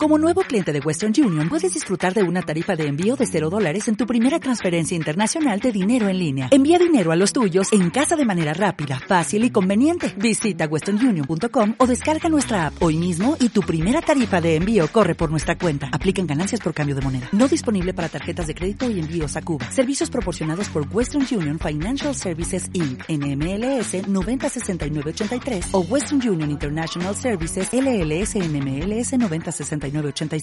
Como nuevo cliente de Western Union, puedes disfrutar de una tarifa de envío de $0 en tu primera transferencia internacional de dinero en línea. Envía dinero a los tuyos en casa de manera rápida, fácil y conveniente. Visita westernunion.com o descarga nuestra app hoy mismo y tu primera tarifa de envío corre por nuestra cuenta. Aplican ganancias por cambio de moneda. No disponible para tarjetas de crédito y envíos a Cuba. Servicios proporcionados por Western Union Financial Services Inc. NMLS 906983 o Western Union International Services LLS NMLS 906985.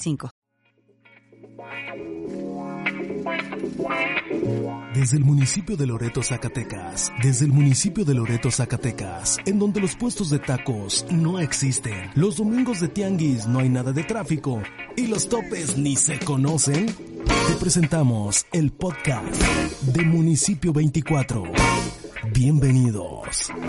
Desde el municipio de Loreto, Zacatecas, en donde los puestos de tacos no existen, los domingos de tianguis no hay nada de tráfico y los topes ni se conocen, te presentamos el podcast de Municipio 24. Bienvenidos.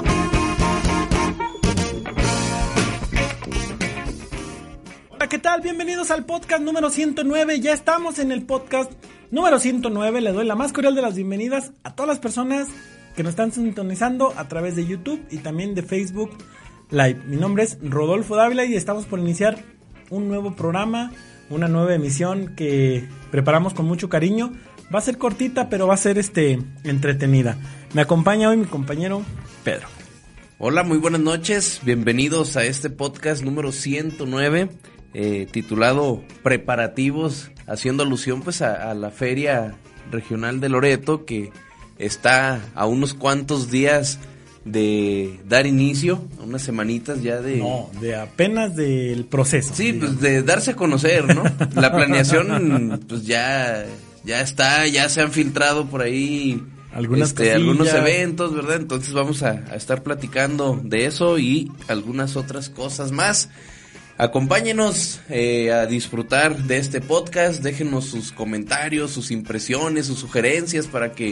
Hola, ¿qué tal? Bienvenidos al podcast número 109. Ya estamos en el podcast número 109. Le doy la más cordial de las bienvenidas a todas las personas que nos están sintonizando a través de YouTube y también de Facebook Live. Mi nombre es Rodolfo Dávila y estamos por iniciar un nuevo programa, una nueva emisión que preparamos con mucho cariño. Va a ser cortita, pero va a ser entretenida. Me acompaña hoy mi compañero Pedro. Hola, muy buenas noches. Bienvenidos a este podcast número 109. Titulado Preparativos, haciendo alusión pues a la Feria Regional de Loreto, que está a unos cuantos días de dar inicio, unas semanitas ya de... No, de apenas del proceso. Sí, digamos. Pues de darse a conocer, ¿no? La planeación pues ya está, ya se han filtrado por ahí algunos eventos, ¿verdad? Entonces vamos a estar platicando de eso y algunas otras cosas más. Acompáñenos a disfrutar de este podcast, déjenos sus comentarios, sus impresiones, sus sugerencias para que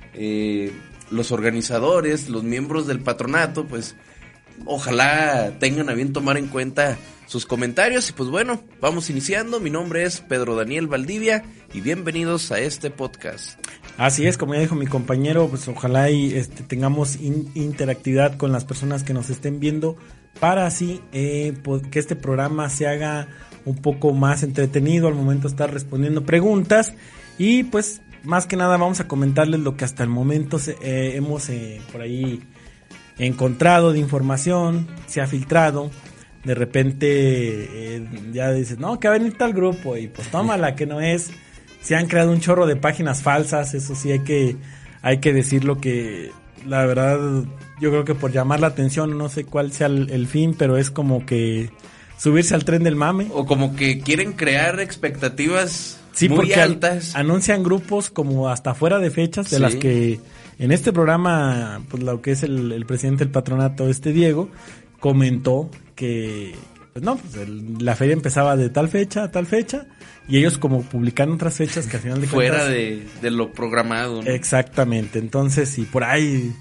los organizadores, los miembros del patronato, pues ojalá tengan a bien tomar en cuenta sus comentarios. Y pues bueno, vamos iniciando. Mi nombre es Pedro Daniel Valdivia y bienvenidos a este podcast. Así es, como ya dijo mi compañero, pues ojalá y tengamos interactividad con las personas que nos estén viendo, para así que este programa se haga un poco más entretenido al momento de estar respondiendo preguntas. Y pues más que nada vamos a comentarles lo que hasta el momento hemos por ahí encontrado de información, se ha filtrado. De repente ya dices, no, que va a venir tal grupo y pues tómala que no es. Se han creado un chorro de páginas falsas, eso sí hay que decirlo, que la verdad yo creo que por llamar la atención, no sé cuál sea el fin, pero es como que subirse al tren del mame. O como que quieren crear expectativas muy altas. Anuncian grupos como hasta fuera de fechas, de las que en este programa, pues lo que es el presidente del patronato, Diego, comentó que pues no, pues la feria empezaba de tal fecha a tal fecha, y ellos como publicaron otras fechas que al final de fuera cuentas, de lo programado, ¿no? Exactamente. Entonces, y por ahí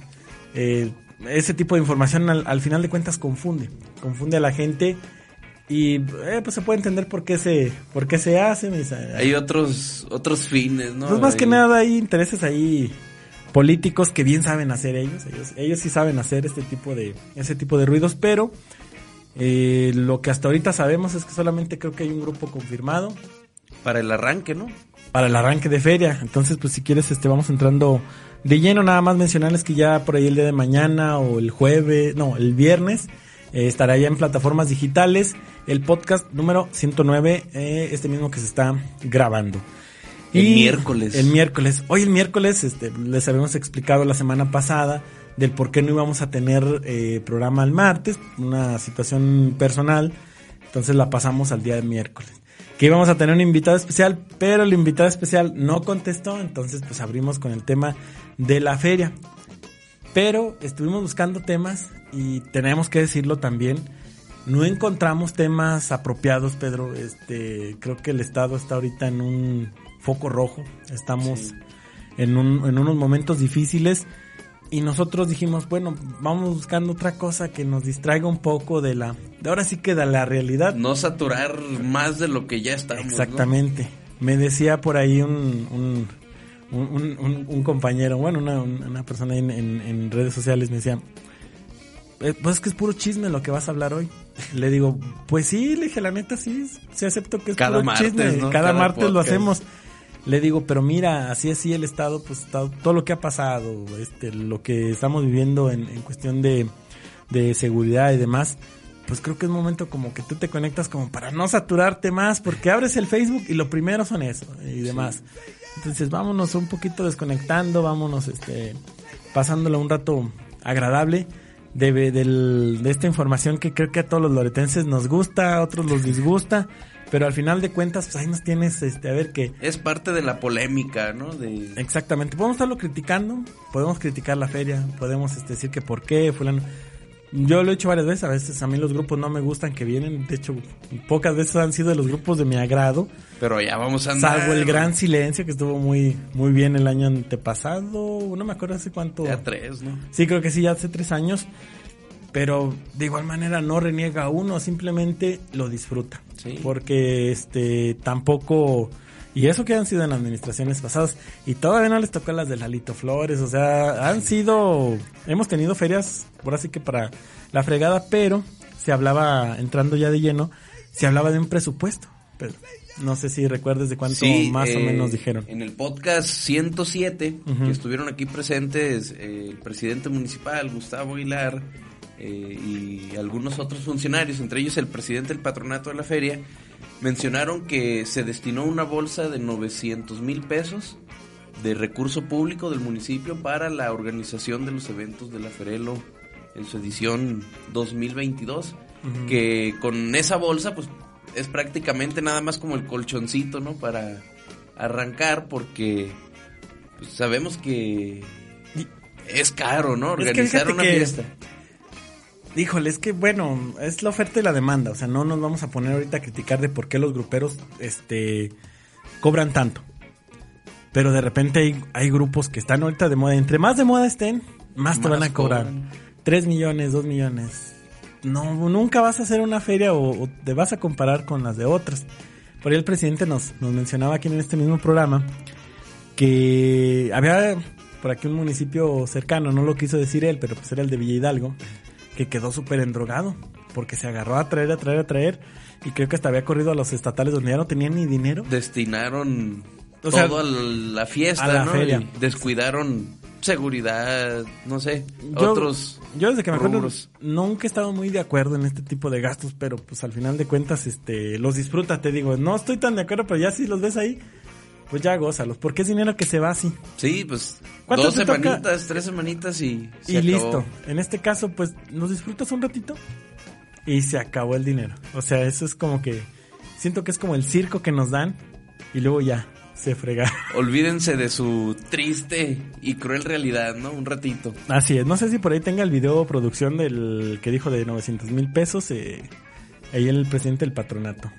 ese tipo de información al final de cuentas confunde a la gente, y pues se puede entender por qué se hace. Hay otros fines, ¿no? Pues más que nada hay intereses ahí políticos que bien saben hacer ellos sí saben hacer ese tipo de ruidos, pero lo que hasta ahorita sabemos es que solamente creo que hay un grupo confirmado para el arranque, ¿no? Para el arranque de feria. Entonces, pues si quieres vamos entrando de lleno. Nada más mencionarles que ya por ahí el día de mañana o el viernes estará ya en plataformas digitales el podcast número 109, mismo que se está grabando. El miércoles. Hoy el miércoles les habíamos explicado la semana pasada del por qué no íbamos a tener programa el martes, una situación personal, entonces la pasamos al día de miércoles. Que íbamos a tener un invitado especial, pero el invitado especial no contestó, entonces pues abrimos con el tema de la feria. Pero estuvimos buscando temas y tenemos que decirlo también, no encontramos temas apropiados, Pedro. Creo que el estado está ahorita en un foco rojo, estamos en unos momentos difíciles. Y nosotros dijimos, bueno, vamos buscando otra cosa que nos distraiga un poco de la realidad. No saturar más de lo que ya estamos. Exactamente. ¿No? Me decía por ahí un compañero, bueno, una persona en redes sociales me decía, pues es que es puro chisme lo que vas a hablar hoy. Le digo, pues sí, le dije, la neta sí acepto que es cada puro martes, chisme, ¿no? cada martes podcast lo hacemos. Le digo, pero mira, así el estado, pues todo lo que ha pasado, lo que estamos viviendo en cuestión de seguridad y demás, pues creo que es momento como que tú te conectas como para no saturarte más, porque abres el Facebook y lo primero son eso y demás. Entonces vámonos un poquito desconectando, vámonos pasándolo un rato agradable de esta información que creo que a todos los loretenses nos gusta, a otros los disgusta, pero al final de cuentas pues ahí nos tienes a ver que es parte de la polémica, ¿no? Exactamente, podemos estarlo criticando, podemos criticar la feria, podemos decir que por qué fulano. Yo lo he hecho varias veces, a veces a mí los grupos no me gustan que vienen, de hecho pocas veces han sido de los grupos de mi agrado. Pero ya vamos a andar. Salvo el Gran Silencio, que estuvo muy muy bien el año antepasado, no me acuerdo hace cuánto. Ya 3, ¿no? Sí, creo que sí, ya hace 3 años, pero de igual manera no reniega uno, simplemente lo disfruta. Sí. Porque tampoco... Y eso que han sido en administraciones pasadas. Y todavía no les tocó las de Lalito Flores. O sea, hemos tenido ferias, por así que para la fregada, pero se hablaba, entrando ya de lleno, se hablaba de un presupuesto. Pero no sé si recuerdes de cuánto más o menos dijeron. En el podcast 107, que estuvieron aquí presentes el presidente municipal, Gustavo Aguilar, y algunos otros funcionarios, entre ellos el presidente del patronato de la feria, mencionaron que se destinó una bolsa de 900,000 pesos de recurso público del municipio para la organización de los eventos de la Ferelo en su edición 2022, que con esa bolsa pues es prácticamente nada más como el colchoncito, ¿no? Para arrancar, porque pues, sabemos que es caro, ¿no? Organizar una fiesta. Híjole, es que bueno, es la oferta y la demanda, o sea, no nos vamos a poner ahorita a criticar de por qué los gruperos cobran tanto. Pero de repente hay grupos que están ahorita de moda, entre más de moda estén, más te van a cobrar. 3 millones, 2 millones. No, nunca vas a hacer una feria o te vas a comparar con las de otras. Por ahí el presidente nos mencionaba aquí en este mismo programa que había por aquí un municipio cercano, no lo quiso decir él, pero pues era el de Villa Hidalgo, que quedó súper endrogado, porque se agarró a traer, y creo que hasta había corrido a los estatales donde ya no tenían ni dinero. Destinaron todo a la fiesta, a la feria. Y descuidaron seguridad, no sé, otros Yo desde que me acuerdo rubros. Nunca he estado muy de acuerdo en este tipo de gastos, pero pues al final de cuentas los disfruta, te digo, no estoy tan de acuerdo, pero ya si los ves ahí, pues ya gózalos, porque es dinero que se va así. Sí, pues 2 semanitas, 3 semanitas y listo. En este caso, pues nos disfrutas un ratito y se acabó el dinero. O sea, eso es como que siento que es como el circo que nos dan y luego ya se frega. Olvídense de su triste y cruel realidad, ¿no? Un ratito. Así es. No sé si por ahí tenga el video producción del que dijo de 900,000 pesos. Ahí el presidente del patronato.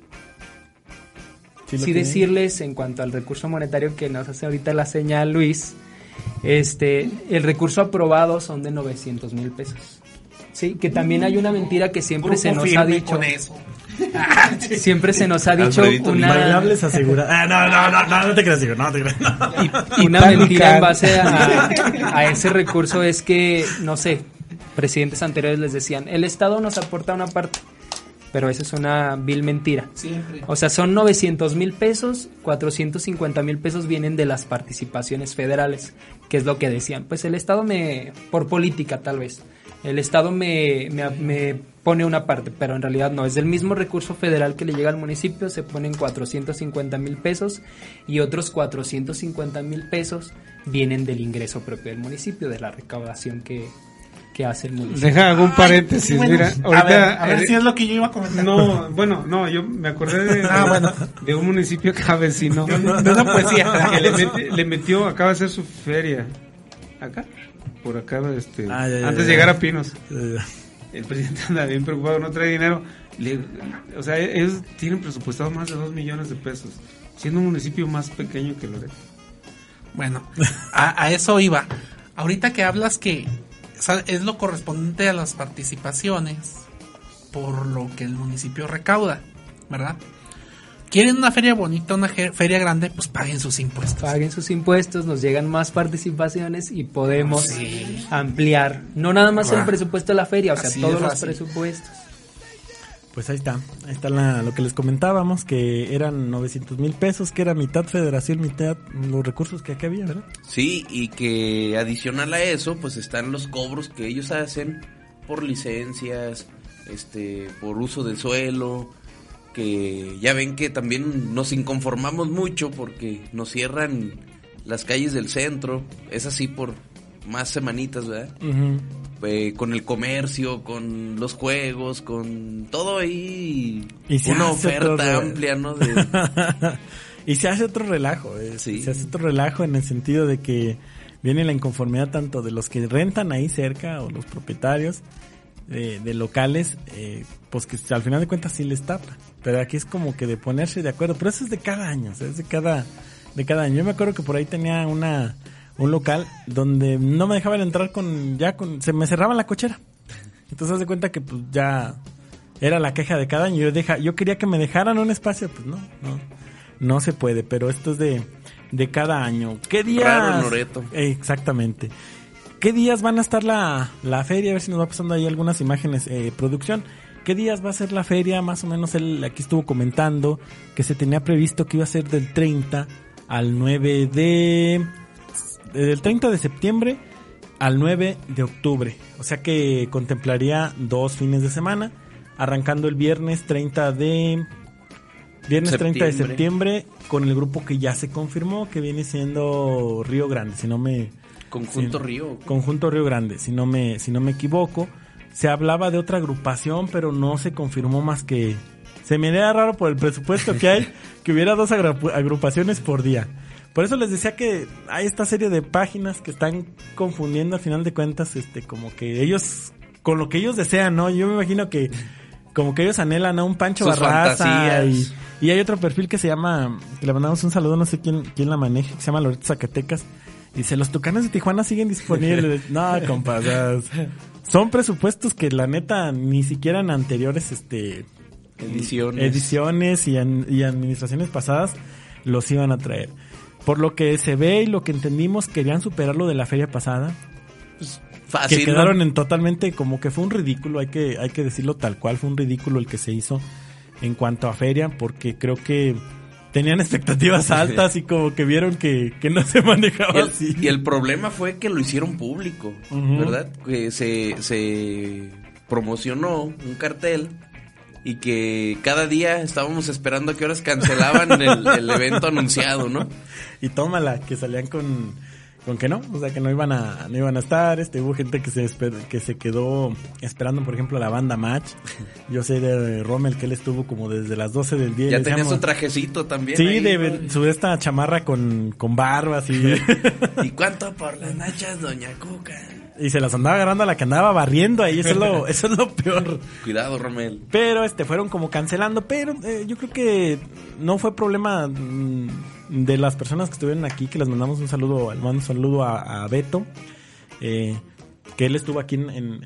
Sí decirles en cuanto al recurso monetario que nos hace ahorita la señal Luis, el recurso aprobado son de 900,000 pesos. Sí, que también hay una mentira que siempre se nos ha dicho. Con eso. Siempre se nos ha dicho una bailables asegurados. No te creas, no te creas. No. Y una mentira en base a ese recurso es que, no sé, presidentes anteriores les decían, el Estado nos aporta una parte. Pero eso es una vil mentira. Siempre. O sea, son 900,000 pesos, 450,000 pesos vienen de las participaciones federales, que es lo que decían. Pues el Estado por política tal vez, el Estado me pone una parte, pero en realidad no, es del mismo recurso federal que le llega al municipio, se ponen 450,000 pesos y otros 450,000 pesos vienen del ingreso propio del municipio, de la recaudación que hace el municipio. Deja algún paréntesis, bueno, mira, ahorita, a ver si es lo que yo iba a comentar. No, yo me acordé de un municipio que vecino. De una poesía. Que le metió, acaba de hacer su feria. Acá, por acá, antes de llegar a Pinos. El presidente anda bien preocupado, no trae dinero. O sea, ellos tienen presupuestado más de 2 millones de pesos, siendo un municipio más pequeño que Loreto. Bueno, a eso iba. Ahorita que hablas que es lo correspondiente a las participaciones por lo que el municipio recauda, ¿verdad? quieren una feria bonita, una feria grande, pues paguen sus impuestos. Paguen sus impuestos, nos llegan más participaciones y podemos ampliar, no nada más el presupuesto de la feria, o sea, todos los presupuestos. Pues ahí está lo que les comentábamos, que eran 900,000 pesos, que era mitad federación, mitad los recursos que aquí había, ¿verdad? Sí, y que adicional a eso, pues están los cobros que ellos hacen por licencias, por uso de suelo, que ya ven que también nos inconformamos mucho porque nos cierran las calles del centro, es así por más semanitas, ¿verdad? Uh-huh. Con el comercio, con los juegos, con todo ahí, y una oferta amplia, ¿no? Y se hace otro relajo, sí. Se hace otro relajo en el sentido de que viene la inconformidad tanto de los que rentan ahí cerca o los propietarios de locales, pues que al final de cuentas sí les tapa, pero aquí es como que de ponerse de acuerdo, pero eso es de cada año, o sea, es de cada año. Yo me acuerdo que por ahí tenía un local donde no me dejaban entrar se me cerraba la cochera. Entonces haz de cuenta que pues ya era la queja de cada año. Yo quería que me dejaran un espacio, pues no se puede, pero esto es de cada año. ¿Qué días? Raro, Loreto. Exactamente. ¿Qué días van a estar la feria? A ver si nos va pasando ahí algunas imágenes, producción. ¿Qué días va a ser la feria? Más o menos él aquí estuvo comentando que se tenía previsto que iba a ser del 30 al 9 del 30 de septiembre al 9 de octubre. O sea que contemplaría 2 fines de semana, arrancando el viernes 30 de septiembre con el grupo que ya se confirmó, que viene siendo Río Grande, Conjunto Río Grande, si no me equivoco. Se hablaba de otra agrupación, pero no se confirmó más que... Se me haría raro por el presupuesto que hay, que hubiera 2 agrupaciones por día. Por eso les decía que hay esta serie de páginas que están confundiendo al final de cuentas, como que ellos, con lo que ellos desean, ¿no? Yo me imagino que como que ellos anhelan a un Pancho Barraza y hay otro perfil que se llama, que le mandamos un saludo, no sé quién la maneja, que se llama Loreto Zacatecas. Dice, los Tucanes de Tijuana siguen disponibles. No, compa, o sea, son presupuestos que la neta ni siquiera en anteriores ediciones y administraciones pasadas los iban a traer. Por lo que se ve y lo que entendimos, querían superar lo de la feria pasada. Pues, fácil, que quedaron en totalmente, como que fue un ridículo, hay que decirlo tal cual, fue un ridículo el que se hizo en cuanto a feria, porque creo que tenían expectativas altas y como que vieron que no se manejaba así. Y el problema fue que lo hicieron público, uh-huh. ¿Verdad? Que se promocionó un cartel y que cada día estábamos esperando a qué horas cancelaban el evento anunciado, ¿no? Y tómala, que salían con que no, o sea, que no iban a estar. Hubo gente que se quedó esperando, por ejemplo, la banda Match. Yo sé de Rommel que él estuvo como desde las 12 del día. Ya tenía su trajecito también. Sí, ahí, su esta chamarra con barbas y... ¿Y cuánto por las nachas, doña Cuca? Y se las andaba agarrando a la que andaba barriendo ahí, eso es lo peor. Cuidado, Rommel. Pero fueron como cancelando, pero yo creo que no fue problema de las personas que estuvieron aquí, que les mandamos un saludo a Beto, que él estuvo aquí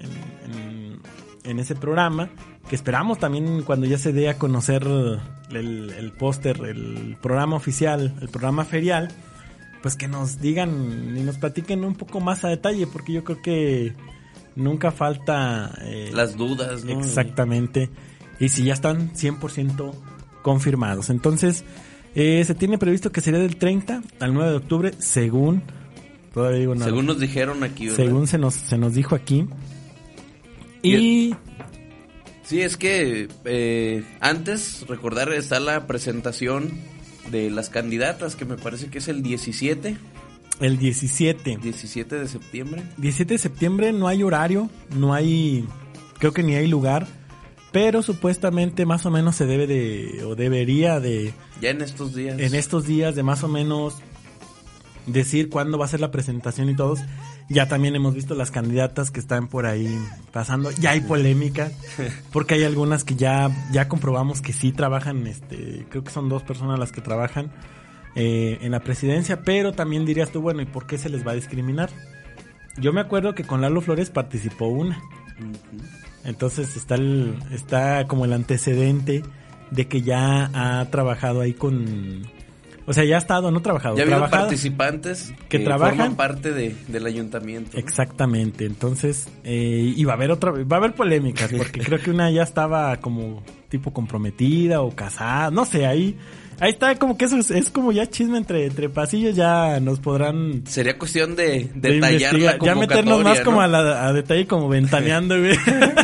en ese programa, que esperamos también cuando ya se dé a conocer el póster, el programa oficial, el programa ferial, pues que nos digan y nos platiquen un poco más a detalle, porque yo creo que nunca falta... las dudas, ¿no? Exactamente. Y si ya están 100% confirmados. Entonces, se tiene previsto que sería del 30 al 9 de octubre, según... Todavía digo nada. Según nos dijeron aquí, ¿verdad? Según se nos dijo aquí. Y... Sí, es que antes, recordar, está la presentación de las candidatas, que me parece que es el 17. El 17. 17 de septiembre. 17 de septiembre, no hay horario, no hay, creo que ni hay lugar, pero supuestamente más o menos se debe de, o debería de... Ya en estos días. En estos días de más o menos decir cuándo va a ser la presentación y todos. Ya también hemos visto las candidatas que están por ahí pasando. Ya hay polémica, porque hay algunas que ya comprobamos que sí trabajan, creo que son 2 personas las que trabajan en la presidencia, pero también dirías tú, bueno, ¿y por qué se les va a discriminar? Yo me acuerdo que con Lalo Flores participó una. Uh-huh. Entonces está como el antecedente de que ya ha trabajado ahí con... O sea, ya ha estado, no trabajado. Ya ha habido participantes que trabajan, forman parte del ayuntamiento. Exactamente, entonces, y va a haber polémicas, porque creo que una ya estaba como tipo comprometida o casada, no sé, ahí está como que eso es como ya chisme entre pasillos, ya nos podrán... Sería cuestión de detallar la convocatoria, ya meternos más, ¿no? Como a detalle, como ventaneando, güey.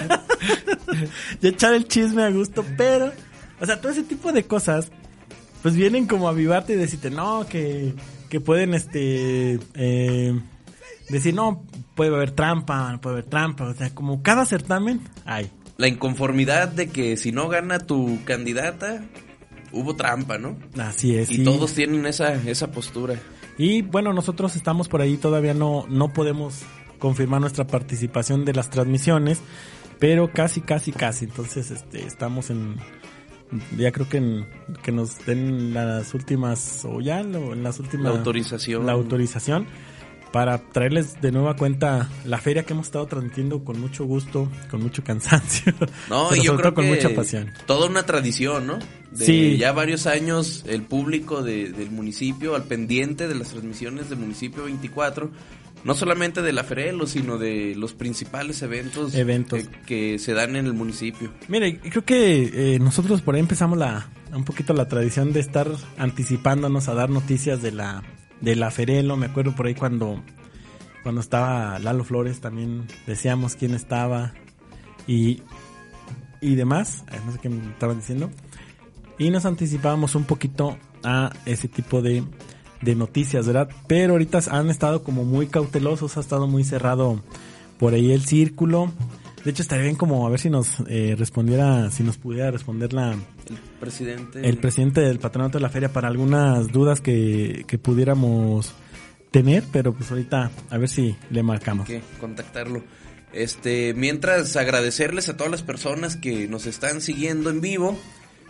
Ya echar el chisme a gusto, pero, o sea, todo ese tipo de cosas, pues vienen como a avivarte y decirte, no, que pueden, decir, no, puede haber trampa, o sea, como cada certamen hay. La inconformidad de que si no gana tu candidata, hubo trampa, ¿no? Así es. Y todos tienen esa postura. Y bueno, nosotros estamos por ahí, todavía no podemos confirmar nuestra participación de las transmisiones, pero casi, entonces estamos ya creo que nos den las últimas, o ya en las últimas... La autorización para traerles de nueva cuenta la feria que hemos estado transmitiendo con mucho gusto, con mucho cansancio. No, y yo creo con que mucha pasión. Toda una tradición, ¿no? Sí. Ya varios años el público del municipio al pendiente de las transmisiones de Municipio 24, no solamente de la Ferelo, sino de los principales eventos. Que se dan en el municipio. Mire, creo que nosotros por ahí empezamos un poquito la tradición de estar anticipándonos a dar noticias de la Ferelo. Me acuerdo por ahí cuando estaba Lalo Flores, también decíamos quién estaba y demás, no sé qué me estaban diciendo, y nos anticipábamos un poquito a ese tipo de noticias, ¿verdad? Pero ahorita han estado como muy cautelosos, ha estado muy cerrado por ahí el círculo. De hecho, estaría bien como a ver si nos si nos pudiera responder el presidente del patronato de la feria para algunas dudas que pudiéramos tener, pero pues ahorita a ver si le marcamos. Hay que contactarlo. Mientras, agradecerles a todas las personas que nos están siguiendo en vivo,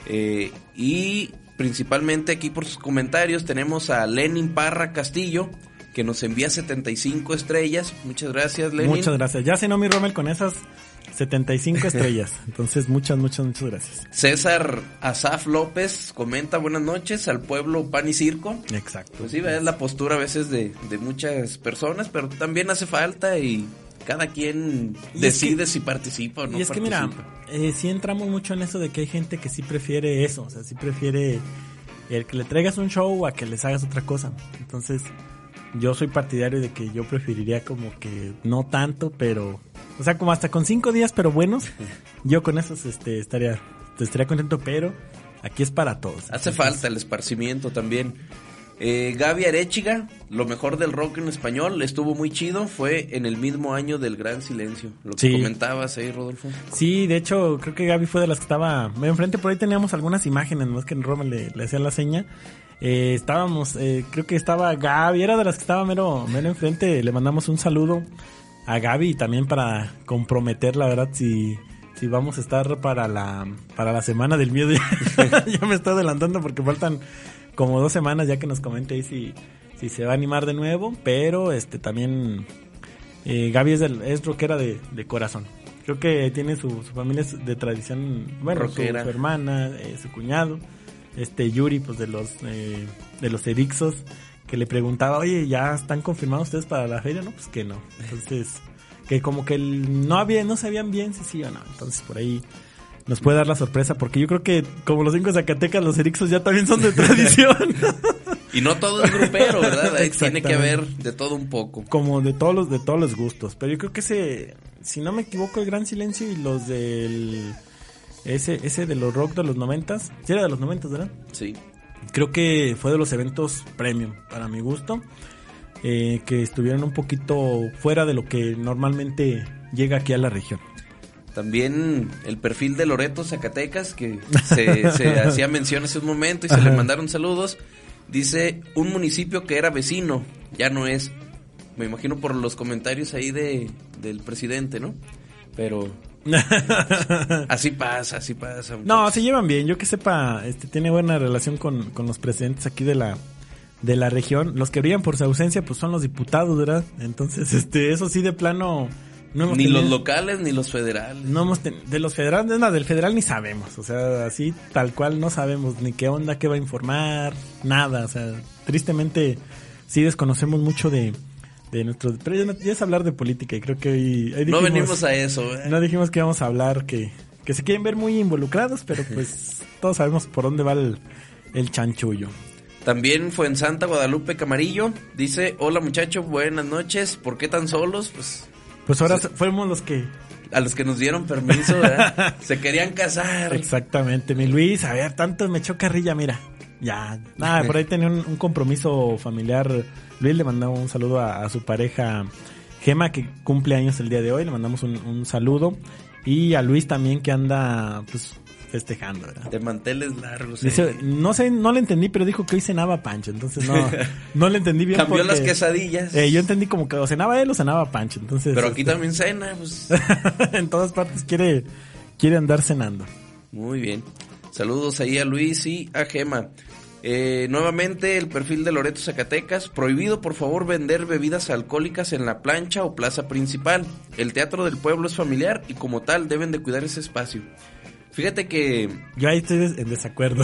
y principalmente aquí por sus comentarios tenemos a Lenin Parra Castillo, que nos envía 75 estrellas. Muchas gracias, Lenin. Muchas gracias. Ya cenó mi Rommel con esas 75 estrellas. Entonces, muchas gracias. César Asaf López comenta: buenas noches al pueblo Pan y Circo. Exacto. Pues sí, es la postura a veces de muchas personas, pero también hace falta y cada quien decide si participa o no. Y es participa. Que mira, sí entramos mucho en eso de que hay gente que sí prefiere eso, o sea, sí prefiere el que le traigas un show a que les hagas otra cosa. Entonces, yo soy partidario de que yo preferiría como que no tanto, pero, o sea, como hasta con 5 días, pero buenos, yo con esos estaría contento, pero aquí es para todos. Hace falta el esparcimiento también. Gaby Arechiga, lo mejor del rock en español, estuvo muy chido, fue en el mismo año del Gran Silencio, lo que comentabas ahí, Rodolfo. Sí, de hecho, creo que Gaby fue de las que estaba enfrente, por ahí teníamos algunas imágenes, no es que en Roma le hacía la seña. Estábamos, creo que estaba Gaby, era de las que estaba mero enfrente. Le mandamos un saludo a Gaby también para comprometer, la verdad, si vamos a estar para la semana del miedo. Ya me estoy adelantando porque faltan como 2 semanas ya que nos comente ahí si se va a animar de nuevo. Pero también Gaby es rockera de corazón. Creo que tiene su familia de tradición, bueno, su hermana, su cuñado. Yuri, pues de los Erixos, que le preguntaba, oye, ¿ya están confirmados ustedes para la feria? No, pues que no. Entonces, que como que no sabían bien si sí o no. Entonces, por ahí nos puede dar la sorpresa, porque yo creo que como los 5 Zacatecas, los Erixos ya también son de tradición. Y no todo es grupero, ¿verdad? Ahí tiene que haber de todo un poco. Como de todos los gustos. Pero yo creo que si no me equivoco, el Gran Silencio y los del... Ese de los rock de los 90s, sí era de los 90s, ¿verdad? Sí. Creo que fue de los eventos premium, para mi gusto, que estuvieron un poquito fuera de lo que normalmente llega aquí a la región. También el perfil de Loreto Zacatecas, que se hacía mención hace un momento y se le mandaron saludos, dice, un municipio que era vecino, ya no es. Me imagino por los comentarios ahí del presidente, ¿no? Pero... así pasa. Muchachos. No, se llevan bien, yo que sepa, tiene buena relación con los presidentes aquí de la región. Los que brillan por su ausencia pues son los diputados, ¿verdad? Entonces, eso sí, de plano Ni los locales ni los federales. De los federales, del federal ni sabemos. O sea, así tal cual no sabemos ni qué onda, qué va a informar, nada. O sea, tristemente sí desconocemos mucho de nuestro... Pero ya es hablar de política y creo que hoy dijimos, no venimos a eso. No dijimos que íbamos a hablar, que se quieren ver muy involucrados, pero pues todos sabemos por dónde va el chanchullo. También fue en Santa Guadalupe Camarillo. Dice, hola muchachos, buenas noches. ¿Por qué tan solos? Pues ahora fuimos los que... A los que nos dieron permiso, ¿verdad? Se querían casar. Exactamente, mi Luis, a ver, tanto me echó carrilla, mira. Ya, nada, por ahí tenía un compromiso familiar. Luis le mandamos un saludo a su pareja Gema, que cumple años el día de hoy. Le mandamos un saludo. Y a Luis también, que anda, pues, festejando, ¿verdad? De manteles largos. Dice, no sé, no le entendí, pero dijo que hoy cenaba Pancho, entonces no le entendí bien. Cambió las quesadillas. Yo entendí como que o cenaba él o cenaba Pancho, entonces. Pero aquí también cena, pues. En todas partes quiere andar cenando. Muy bien. Saludos ahí a Luis y a Gema. Nuevamente el perfil de Loreto, Zacatecas. Prohibido, por favor, vender bebidas alcohólicas en la plancha o plaza principal. El teatro del pueblo es familiar y como tal deben de cuidar ese espacio. Fíjate que... Yo ahí estoy en desacuerdo.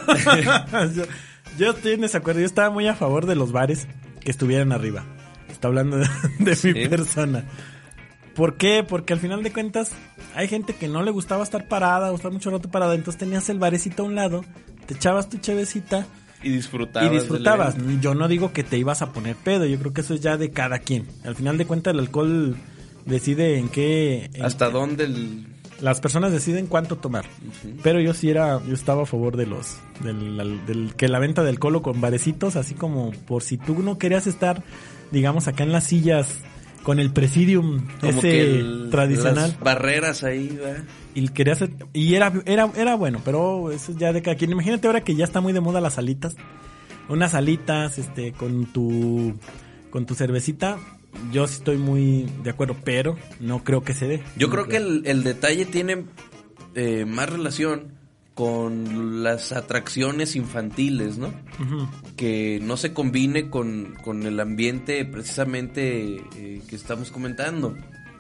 yo estoy en desacuerdo. Yo estaba muy a favor de los bares que estuvieran arriba. Está hablando de ¿sí? Mi persona. ¿Por qué? Porque al final de cuentas hay gente que no le gustaba estar parada o estar mucho rato parada. Entonces tenías el barecito a un lado, te echabas tu chevecita y disfrutabas. Yo no digo que te ibas a poner pedo. Yo creo que eso es ya de cada quien. Al final de cuentas el alcohol decide en qué... ¿Hasta dónde las personas deciden cuánto tomar? Uh-huh. Pero yo estaba a favor de del que la venta de alcohol con barecitos, así como por si tú no querías estar, digamos, acá en las sillas con el presidium como ese tradicional, las barreras ahí, ¿verdad? Y era bueno, pero eso ya de cada quien. Imagínate ahora que ya está muy de moda las salitas, unas salitas con tu cervecita. Yo sí estoy muy de acuerdo, pero no creo que se dé. Yo creo que el detalle tiene más relación con las atracciones infantiles, ¿no? Uh-huh. Que no se combine con el ambiente precisamente que estamos comentando.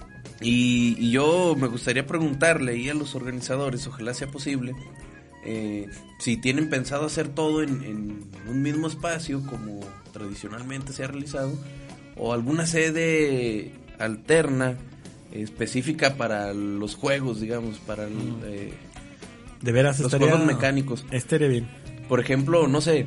Y yo me gustaría preguntarle ahí a los organizadores, ojalá sea posible, si tienen pensado hacer todo en un mismo espacio como tradicionalmente se ha realizado, o alguna sede alterna específica para los juegos, digamos, para de veras los juegos mecánicos. Estaría bien. Por ejemplo, no sé,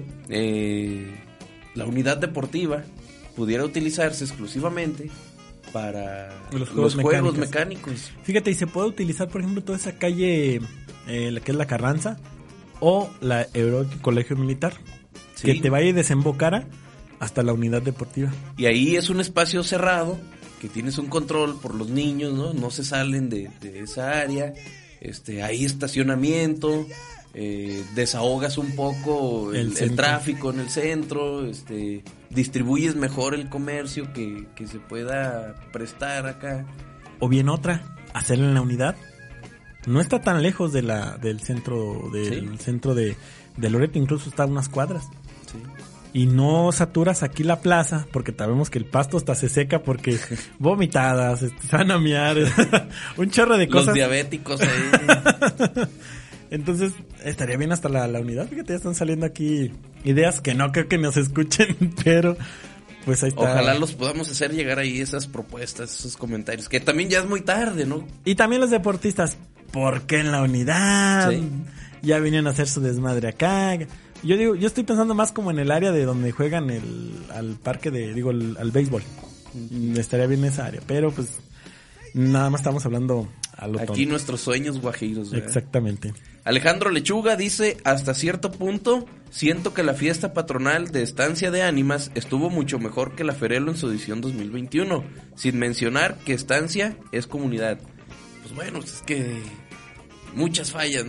la unidad deportiva pudiera utilizarse exclusivamente para los juegos mecánicos. Fíjate, y se puede utilizar, por ejemplo, toda esa calle, la que es la Carranza, o la Heroico Colegio Militar, sí, que te vaya y desembocara hasta la unidad deportiva. Y ahí es un espacio cerrado, que tienes un control por los niños, ¿no? No se salen de esa área. Hay estacionamiento, desahogas un poco el tráfico en el centro, distribuyes mejor el comercio que se pueda prestar acá. O bien otra, hacerlo en la unidad. No está tan lejos del centro ¿sí? Centro de Loreto, incluso está a unas cuadras. Sí. Y no saturas aquí la plaza, porque sabemos que el pasto hasta se seca porque vomitadas, se van a miar, un chorro de cosas. Los diabéticos ahí. Entonces, estaría bien hasta la unidad. Fíjate, ya están saliendo aquí ideas que no creo que nos escuchen, pero pues ahí está. Ojalá los podamos hacer llegar ahí esas propuestas, esos comentarios, que también ya es muy tarde, ¿no? Y también los deportistas, ¿por qué en la unidad? Sí. Ya vinieron a hacer su desmadre acá. Yo estoy pensando más como en el área de donde juegan al parque al béisbol. Estaría bien esa área, pero pues nada más estamos hablando a lo aquí tonto. Nuestros sueños guajiros, ¿verdad? Exactamente. Alejandro Lechuga dice, hasta cierto punto siento que la fiesta patronal de Estancia de Ánimas estuvo mucho mejor que la Ferelo en su edición 2021, sin mencionar que Estancia es comunidad. Pues bueno, es que muchas fallas, ¿no?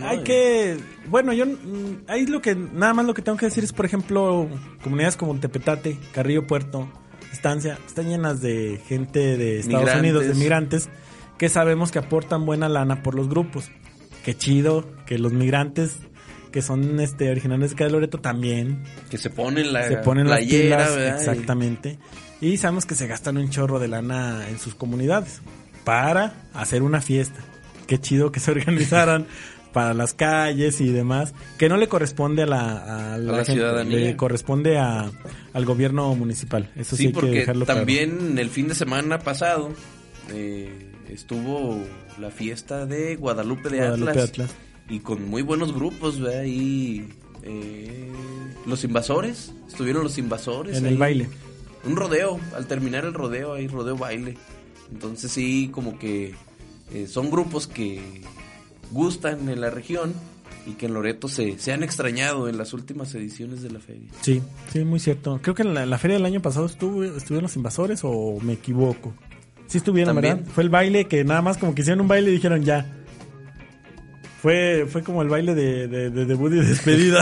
Ahí nada más lo que tengo que decir es, por ejemplo, comunidades como Tepetate, Carrillo Puerto, Estancia, están llenas de gente de Estados Unidos, de migrantes, que sabemos que aportan buena lana por los grupos. Qué chido que los migrantes que son originarios de acá de Loreto también que se ponen las pilas, exactamente, y sabemos que se gastan un chorro de lana en sus comunidades. para hacer una fiesta. Qué chido que se organizaran para las calles y demás, que no le corresponde a la gente, ciudadanía. Le corresponde al gobierno municipal. Eso sí, hay porque que dejarlo también claro. El fin de semana pasado estuvo la fiesta de Guadalupe de Atlas. Y con muy buenos grupos, ¿ve? Ahí los invasores, estuvieron los invasores. En ahí, el baile. Un rodeo, al terminar el rodeo, ahí rodeo baile. Entonces sí, como que son grupos que gustan en la región y que en Loreto se han extrañado en las últimas ediciones de la feria. Sí, muy cierto. Creo que en la feria del año pasado estuvieron los invasores, o me equivoco. Sí estuvieron, ¿también? ¿Verdad? Fue el baile que nada más como que hicieron un baile y dijeron ya. Fue como el baile de debut y despedida.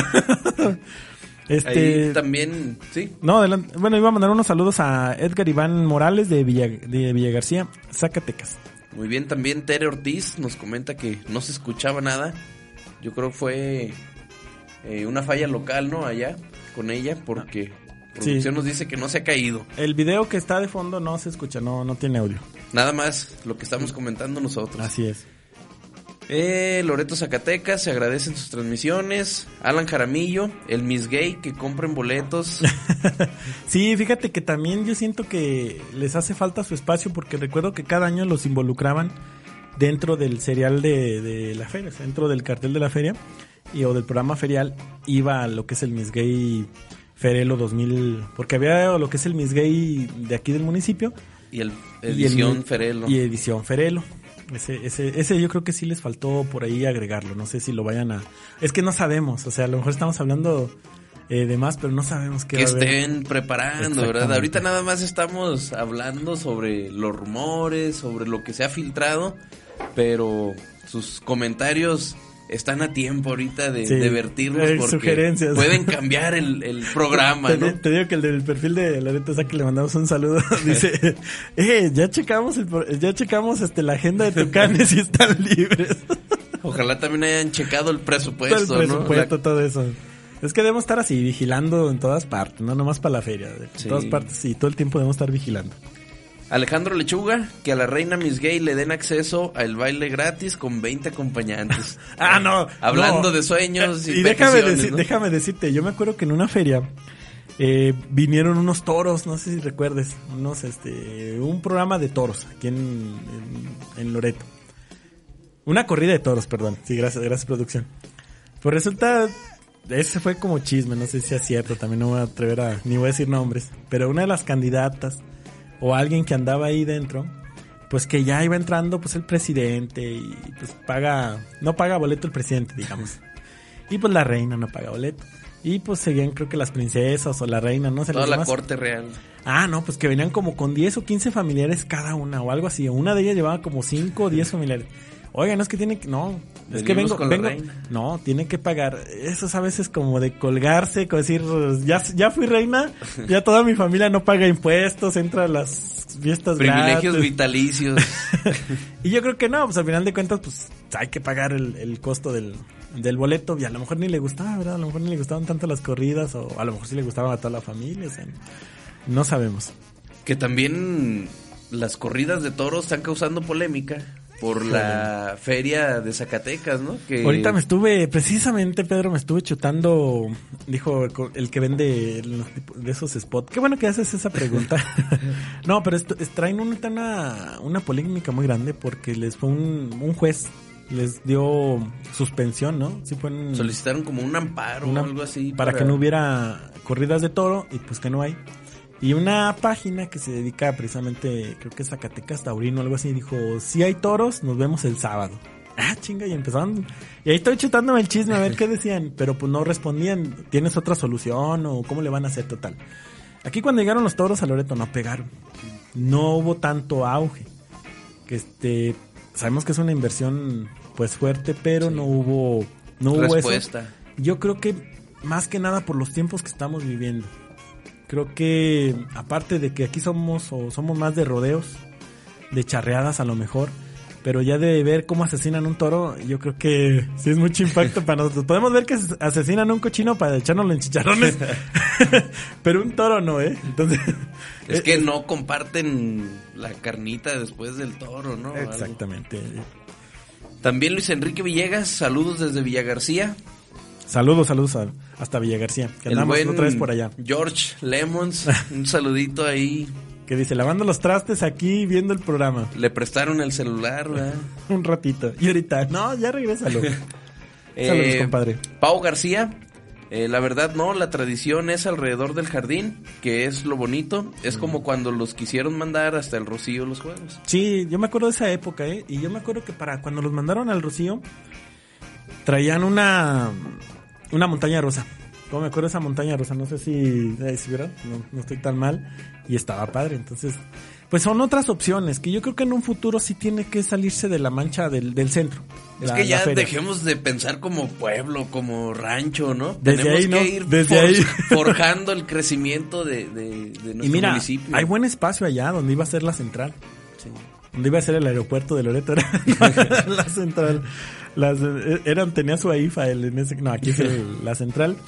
Ahí también, sí. No, adelante. Bueno, iba a mandar unos saludos a Edgar Iván Morales de Villa García, Zacatecas. Muy bien, también Tere Ortiz nos comenta que no se escuchaba nada. Yo creo que fue una falla local, ¿no? Allá, con ella, porque producción nos dice que no se ha caído. El video que está de fondo no se escucha, no tiene audio. Nada más lo que estamos comentando nosotros. Así es. Loreto, Zacatecas, se agradecen sus transmisiones. Alan Jaramillo, el Miss Gay, que compren boletos. Sí, fíjate que también yo siento que les hace falta su espacio, porque recuerdo que cada año los involucraban dentro del serial de la feria, dentro del cartel de la feria o del programa ferial iba lo que es el Miss Gay Ferelo 2000, porque había lo que es el Miss Gay de aquí del municipio y el edición Ferelo. Y edición Ferelo. Ese yo creo que sí les faltó por ahí agregarlo, no sé si lo vayan a... Es que no sabemos, o sea, a lo mejor estamos hablando de más, pero no sabemos qué que va a haber. Estén preparando, ¿verdad? Ahorita nada más estamos hablando sobre los rumores, sobre lo que se ha filtrado, pero sus comentarios están a tiempo ahorita de vertirlos, porque sugerencias. Pueden cambiar el programa, ¿no? Te digo que el del perfil de Loreto, que le mandamos un saludo, dice, ya checamos la agenda de Tucanes y están libres. Ojalá también hayan checado el presupuesto, ¿no? Todo eso. Es que debemos estar así, vigilando en todas partes, no nomás para la feria, en todas partes, y todo el tiempo debemos estar vigilando. Alejandro Lechuga, que a la reina Miss Gay le den acceso al baile gratis con 20 acompañantes. No. Hablando de sueños y déjame decirte, yo me acuerdo que en una feria vinieron unos toros, no sé si recuerdes, un programa de toros aquí en Loreto. Una corrida de toros, perdón. Sí, gracias producción. Pues resulta, ese fue como chisme, no sé si es cierto, también no me voy a atrever ni voy a decir nombres, pero una de las candidatas o alguien que andaba ahí dentro, pues que ya iba entrando pues el presidente y pues no paga boleto el presidente, digamos. Y pues la reina no paga boleto. Y pues seguían, creo que las princesas o la reina, no sé. Toda la corte real. No, pues que venían como con 10 o 15 familiares cada una o algo así. Una de ellas llevaba como 5 o 10 familiares. Oigan, es que tiene que... No, es que vengo... No, tiene que pagar. Eso es a veces como de colgarse, como decir, ya fui reina, ya toda mi familia no paga impuestos, entra a las fiestas privilegios gratis. Vitalicios. Y yo creo que no, pues al final de cuentas, pues hay que pagar el costo del boleto. Y a lo mejor ni le gustaba, ¿verdad? A lo mejor ni le gustaban tanto las corridas, o a lo mejor sí le gustaban a toda la familia, o sea, no sabemos. Que también las corridas de toros están causando polémica por la feria de Zacatecas, ¿no? Que... Ahorita precisamente Pedro, me estuve chutando, dijo el que vende de esos spots. Qué bueno que haces esa pregunta. No, pero traen una polémica muy grande porque les fue un juez, les dio suspensión, ¿no? Sí solicitaron como un amparo o algo así. Para que no hubiera corridas de toro, y pues que no hay. Y una página que se dedica precisamente, creo que es Zacatecas Taurino o algo así, dijo, si hay toros, nos vemos el sábado. Chinga, y empezaron. Y ahí estoy chutándome el chisme a ver qué decían, pero pues no respondían. ¿Tienes otra solución o cómo le van a hacer? Total. Aquí cuando llegaron los toros a Loreto no pegaron. No hubo tanto auge. Sabemos que es una inversión pues fuerte, pero no hubo respuesta. Eso. Yo creo que más que nada por los tiempos que estamos viviendo. Creo que aparte de que aquí somos más de rodeos, de charreadas a lo mejor, pero ya de ver cómo asesinan un toro, yo creo que sí es mucho impacto para nosotros. Podemos ver que asesinan un cochino para echárnoslo en chicharrones, pero un toro no, Entonces es que no comparten la carnita después del toro, ¿no? Exactamente. También Luis Enrique Villegas, saludos desde Villa García. Saludos hasta Villa García, que andamos otra vez por allá. George Lemons, un saludito ahí. Que dice, lavando los trastes aquí, viendo el programa. Le prestaron el celular, ¿verdad? Un ratito. Y ahorita, no, ya regrésalo. Saludos, compadre. Pau García, la verdad no, la tradición es alrededor del jardín, que es lo bonito. Es como cuando los quisieron mandar hasta el Rocío los juegos. Sí, yo me acuerdo de esa época, y yo me acuerdo que para cuando los mandaron al Rocío, traían una montaña rosa. Como me acuerdo de esa montaña rosa, no sé si ¿verdad? No estoy tan mal, y estaba padre. Entonces, pues son otras opciones que yo creo que en un futuro sí tiene que salirse de la mancha del centro. Es que ya dejemos de pensar como pueblo, como rancho, ¿no? Tenemos que ir forjando el crecimiento de nuestro municipio. Hay buen espacio allá donde iba a ser la central. Sí. Donde iba a ser el aeropuerto de Loreto, la central. Tenía su AIFA, aquí es la central.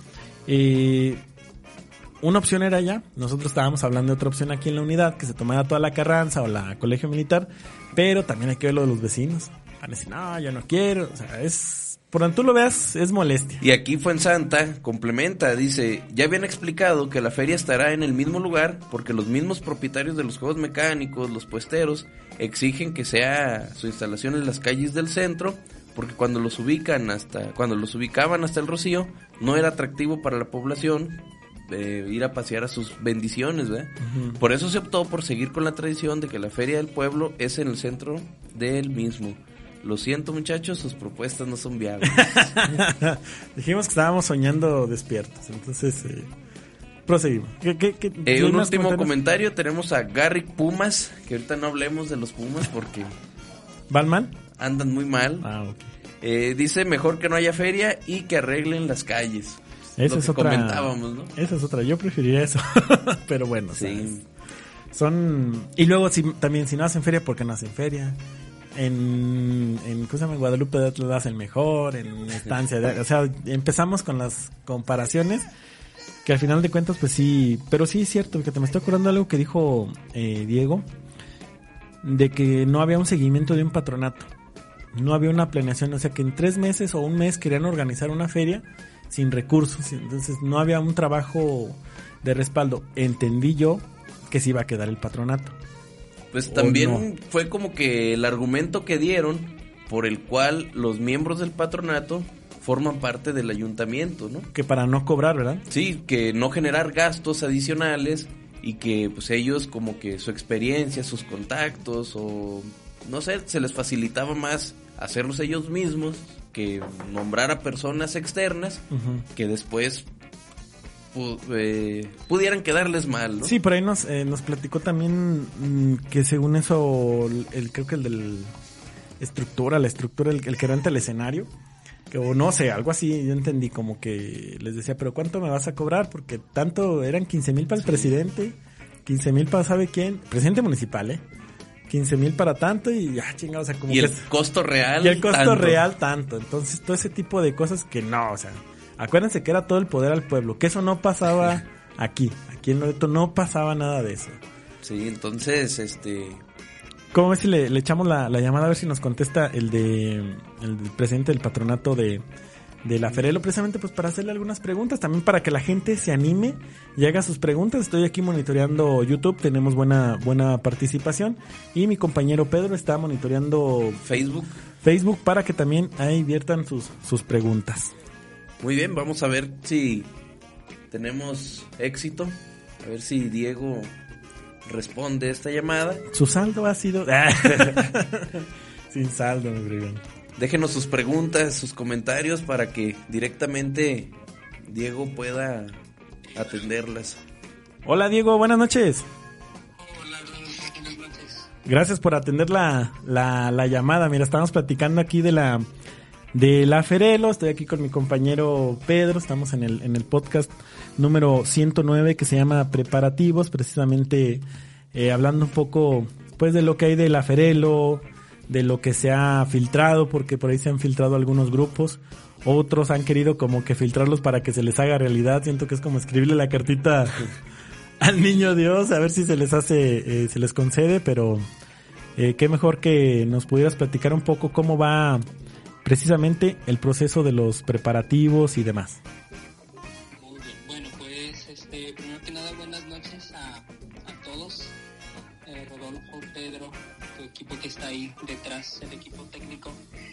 Una opción era allá. Nosotros estábamos hablando de otra opción aquí en la unidad, que se tomara toda la Carranza o la Colegio Militar, pero también hay que ver lo de los vecinos. Van a decir, no, yo no quiero. O sea, por donde tú lo veas, es molestia. Y aquí Fuensanta complementa, dice, ya habían explicado que la feria estará en el mismo lugar porque los mismos propietarios de los juegos mecánicos, los puesteros, exigen que sea su instalación en las calles del centro, porque cuando los ubicaban hasta el Rocío, no era atractivo para la población ir a pasear a sus bendiciones, ¿verdad? Uh-huh. Por eso se optó por seguir con la tradición de que la feria del pueblo es en el centro del mismo. Lo siento, muchachos, sus propuestas no son viables. Dijimos que estábamos soñando despiertos, entonces proseguimos. Un último comentario, tenemos a Garrick Pumas, que ahorita no hablemos de los Pumas porque... ¿Van mal? Andan muy mal. Okay. Dice, mejor que no haya feria y que arreglen las calles. Esa es otra. Comentábamos, ¿no? Esa es otra, yo preferiría eso. Pero bueno, sí. Y luego si no hacen feria, ¿por qué no hacen feria? En Guadalupe lo hacen mejor, en Estancia, o sea, empezamos con las comparaciones que al final de cuentas pues sí, pero sí es cierto, que te me estoy acordando de algo que dijo Diego, de que no había un seguimiento de un patronato, no había una planeación, o sea que en 3 meses o un mes querían organizar una feria sin recursos, entonces no había un trabajo de respaldo. Entendí yo que se iba a quedar el patronato. Pues también fue como que el argumento que dieron por el cual los miembros del patronato forman parte del ayuntamiento, ¿no? Que para no cobrar, ¿verdad? Sí, que no generar gastos adicionales y que pues ellos como que su experiencia, sus contactos o no sé, se les facilitaba más hacerlos ellos mismos que nombrar a personas externas que después pudieran quedarles mal, ¿no? Sí, por ahí nos platicó también que según eso, creo que la estructura, el que renta el escenario, que, o no sé, algo así, yo entendí como que les decía, pero ¿cuánto me vas a cobrar? Porque tanto eran 15,000 para el presidente, 15,000 para sabe quién, presidente municipal, 15,000 para tanto y ya chingados, o sea, como y el costo real y el costo real tanto, entonces todo ese tipo de cosas que no, o sea, acuérdense que era todo el poder al pueblo, que eso no pasaba aquí en Loreto no pasaba nada de eso. Sí, entonces, ¿Cómo ves si le echamos la llamada a ver si nos contesta el del presidente del patronato de la Ferelo, precisamente pues para hacerle algunas preguntas, también para que la gente se anime y haga sus preguntas? Estoy aquí monitoreando YouTube, tenemos buena participación, y mi compañero Pedro está monitoreando Facebook para que también ahí viertan sus preguntas. Muy bien, vamos a ver si tenemos éxito, a ver si Diego responde esta llamada. Su saldo ha sido sin saldo, mi brigón. Déjenos sus preguntas, sus comentarios para que directamente Diego pueda atenderlas. Hola Diego, buenas noches. Hola, buenas noches. Gracias por atender la llamada. Mira, estamos platicando aquí de la Ferelo. Estoy aquí con mi compañero Pedro. Estamos en el podcast número 109 que se llama Preparativos, precisamente hablando un poco pues de lo que hay de la Ferelo, de lo que se ha filtrado, porque por ahí se han filtrado algunos grupos. Otros han querido como que filtrarlos para que se les haga realidad. Siento que es como escribirle la cartita al niño Dios, a ver si se les hace, se les concede, pero qué mejor que nos pudieras platicar un poco cómo va precisamente el proceso de los preparativos y demás. Muy bien, bueno, pues primero que nada, buenas noches a todos. Rodolfo, Pedro, tu equipo que está ahí detrás, el equipo técnico.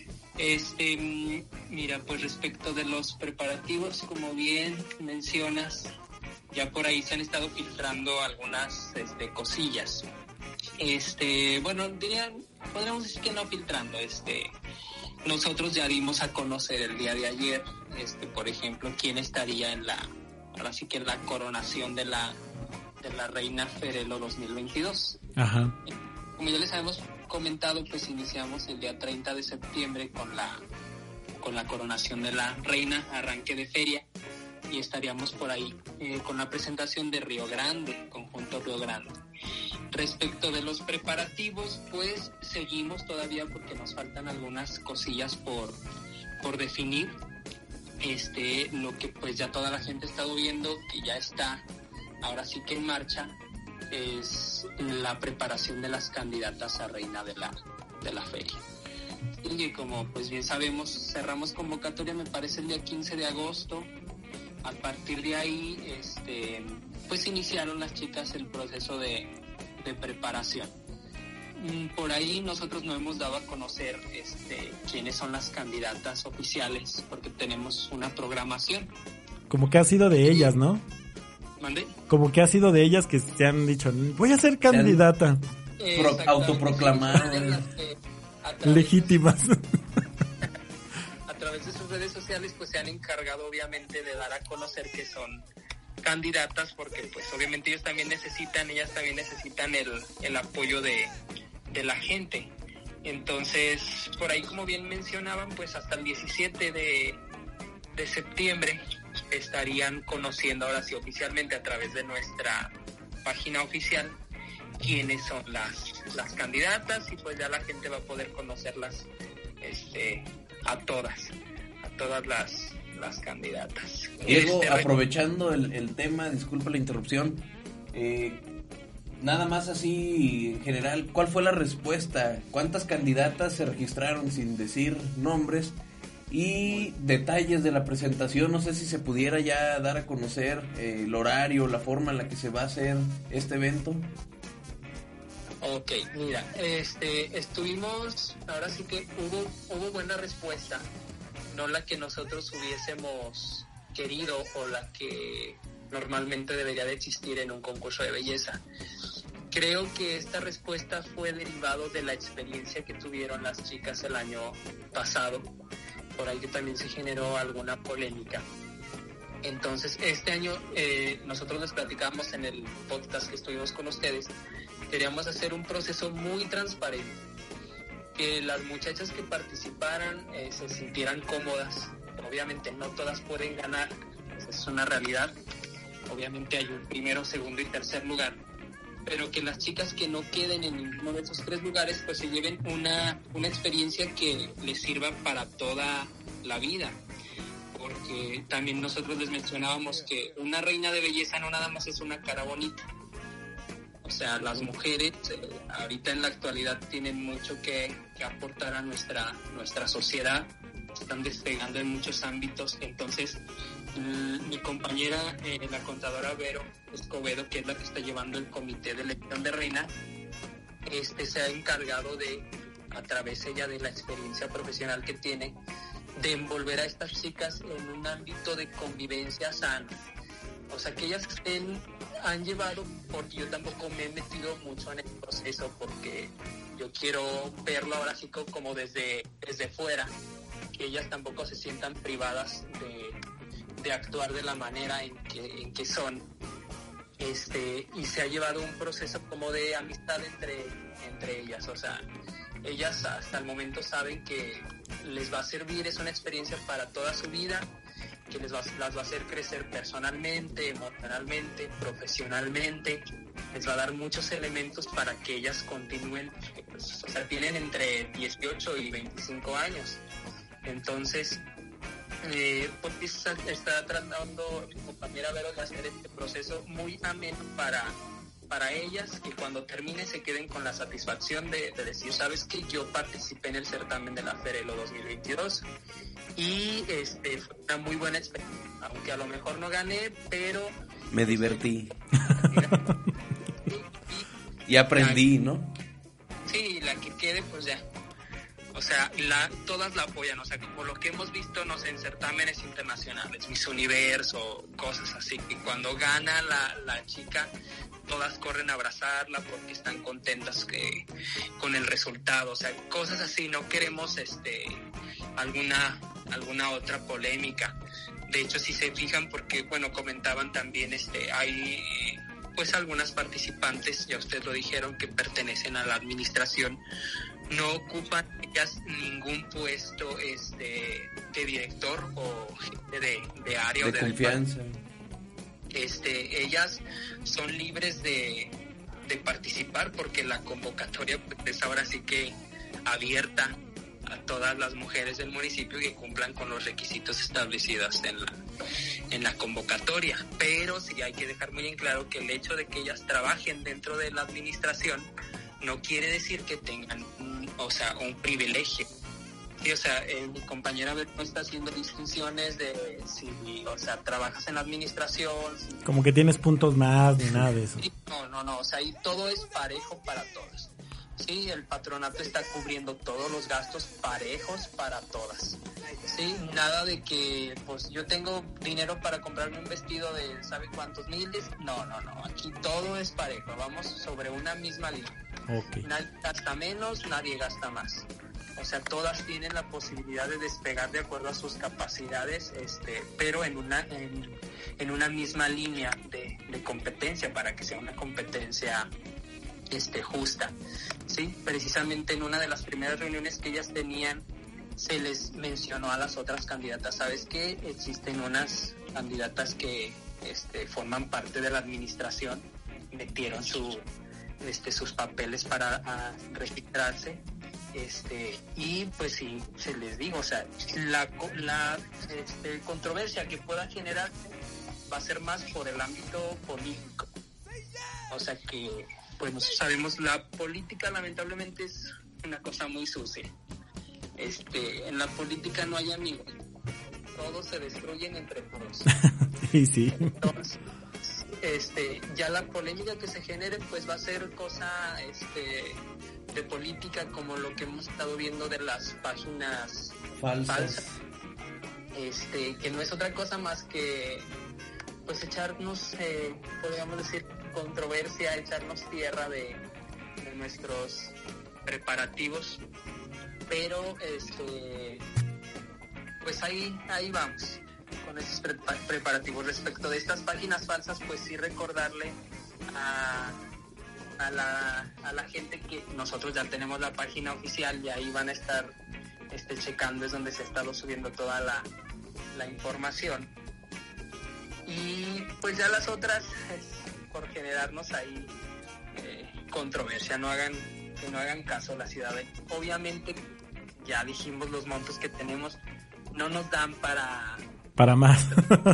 Mira, pues respecto de los preparativos, como bien mencionas, ya por ahí se han estado filtrando algunas cosillas. Bueno, podríamos decir que no filtrando, nosotros ya dimos a conocer el día de ayer, por ejemplo, quién estaría en la coronación de la Reina Ferelo 2022. Ajá. Como ya les habíamos comentado, pues iniciamos el día 30 de septiembre con la coronación de la reina, arranque de feria, y estaríamos por ahí con la presentación de Río Grande, conjunto Río Grande. Respecto de los preparativos, pues seguimos todavía porque nos faltan algunas cosillas por definir. Lo que pues ya toda la gente ha estado viendo, que ya está ahora sí que en marcha, es la preparación de las candidatas a reina de la feria. Y como pues bien sabemos, cerramos convocatoria, me parece el día 15 de agosto. A partir de ahí, pues iniciaron las chicas el proceso de preparación. Por ahí nosotros no hemos dado a conocer quiénes son las candidatas oficiales, porque tenemos una programación. Como que ha sido de ellas, ¿no? ¿Mande? Como que ha sido de ellas que se han dicho, voy a ser candidata. Autoproclamadas. Legítimas. A través de sus redes sociales pues se han encargado obviamente de dar a conocer que son candidatas, porque pues obviamente ellas también necesitan el apoyo de la gente. Entonces, por ahí, como bien mencionaban, pues hasta el 17 de septiembre estarían conociendo ahora sí oficialmente a través de nuestra página oficial quiénes son las candidatas, y pues ya la gente va a poder conocerlas a todas las candidatas. Diego, aprovechando el tema, disculpa la interrupción, nada más así en general, ¿cuál fue la respuesta? ¿Cuántas candidatas se registraron sin decir nombres? Y detalles de la presentación, no sé si se pudiera ya dar a conocer el horario, la forma en la que se va a hacer este evento. Ok, mira, estuvimos, ahora sí que hubo buena respuesta, no la que nosotros hubiésemos querido o la que normalmente debería de existir en un concurso de belleza. Creo que esta respuesta fue derivado de la experiencia que tuvieron las chicas el año pasado, por ahí que también se generó alguna polémica. Entonces, este año nosotros les platicamos en el podcast que estuvimos con ustedes, queríamos hacer un proceso muy transparente, que las muchachas que participaran se sintieran cómodas. Obviamente no todas pueden ganar, esa es una realidad. Obviamente hay un primero, segundo y tercer lugar, pero que las chicas que no queden en ninguno de esos tres lugares pues se lleven una experiencia que les sirva para toda la vida. Porque también nosotros les mencionábamos que una reina de belleza no nada más es una cara bonita. O sea, las mujeres ahorita en la actualidad tienen mucho que aportar a nuestra sociedad, están despegando en muchos ámbitos. Entonces, mi compañera, la contadora Vero Escobedo, que es la que está llevando el comité de elección de reina, se ha encargado de, a través ella de la experiencia profesional que tiene, de envolver a estas chicas en un ámbito de convivencia sana. O sea, que ellas han llevado, porque yo tampoco me he metido mucho en el proceso, porque yo quiero verlo ahora sí como desde fuera, que ellas tampoco se sientan privadas de actuar de la manera en que son, y se ha llevado un proceso como de amistad entre ellas. O sea, ellas hasta el momento saben que les va a servir, es una experiencia para toda su vida, que las va a hacer crecer personalmente, emocionalmente, profesionalmente. Les va a dar muchos elementos para que ellas continúen, pues, o sea, tienen entre 18 y 25 años. Entonces, pues está tratando mi compañera Vero de hacer este proceso muy ameno para ellas, que cuando termine se queden con la satisfacción de decir, sabes que yo participé en el certamen de la Ferelo 2022 y fue una muy buena experiencia, aunque a lo mejor no gané, pero me divertí y aprendí, ¿no? Sí, la que quede pues ya, o sea, todas la apoyan, o sea, como lo que hemos visto, no sé, en certámenes internacionales, Miss Universo, cosas así, que cuando gana la chica, todas corren a abrazarla porque están contentas con el resultado, o sea, cosas así. No queremos alguna otra polémica. De hecho, si se fijan, porque bueno, comentaban también hay pues algunas participantes, ya ustedes lo dijeron, que pertenecen a la administración, no ocupan ellas ningún puesto de director o gente de área de confianza. Ellas son libres de participar porque la convocatoria es ahora sí que abierta a todas las mujeres del municipio que cumplan con los requisitos establecidos en la convocatoria. Pero sí hay que dejar muy en claro que el hecho de que ellas trabajen dentro de la administración no quiere decir que tengan un privilegio. Sí, o sea, mi compañera no está haciendo distinciones de si, o sea, trabajas en la administración. Como que tienes puntos más ni nada de eso. No, o sea, ahí todo es parejo para todos. Sí, el patronato está cubriendo todos los gastos parejos para todas. Sí, nada de que, pues, yo tengo dinero para comprarme un vestido de ¿sabe cuántos miles? No, aquí todo es parejo, vamos sobre una misma línea. Okay. Nadie gasta menos, nadie gasta más. O sea, todas tienen la posibilidad de despegar de acuerdo a sus capacidades, pero en una misma línea de competencia, para que sea una competencia justa. Sí, precisamente en una de las primeras reuniones que ellas tenían, se les mencionó a las otras candidatas, ¿sabes qué? Existen unas candidatas que forman parte de la administración, metieron sus papeles para registrarse. Y pues sí, se les digo, o sea, la controversia que pueda generar va a ser más por el ámbito político. O sea que, pues nosotros sabemos, la política lamentablemente es una cosa muy sucia. En la política no hay amigos, todos se destruyen entre todos. Sí. Entonces, ya la polémica que se genere pues va a ser cosa de política, como lo que hemos estado viendo de las páginas falsas, que no es otra cosa más que pues echarnos, podríamos decir, controversia, echarnos tierra de nuestros preparativos, pero pues ahí vamos con esos preparativos. Respecto de estas páginas falsas, pues sí recordarle a la gente que nosotros ya tenemos la página oficial y ahí van a estar checando, es donde se ha estado subiendo toda la información. Y pues ya las otras, por generarnos ahí controversia, que no hagan caso a la ciudad. Obviamente ya dijimos los montos que tenemos no nos dan para más.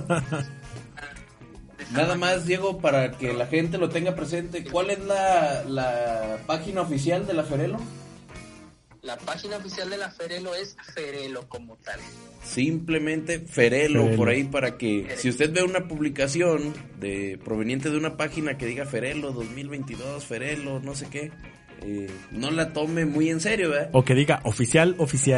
Nada más, Diego, para que la gente lo tenga presente, ¿cuál es la página oficial de la Ferelo? La página oficial de la Ferelo es Ferelo como tal. Simplemente Ferelo, por ahí, para que si usted ve una publicación proveniente de una página que diga Ferelo 2022, Ferelo, no sé qué, no la tome muy en serio, ¿verdad? O que diga oficial.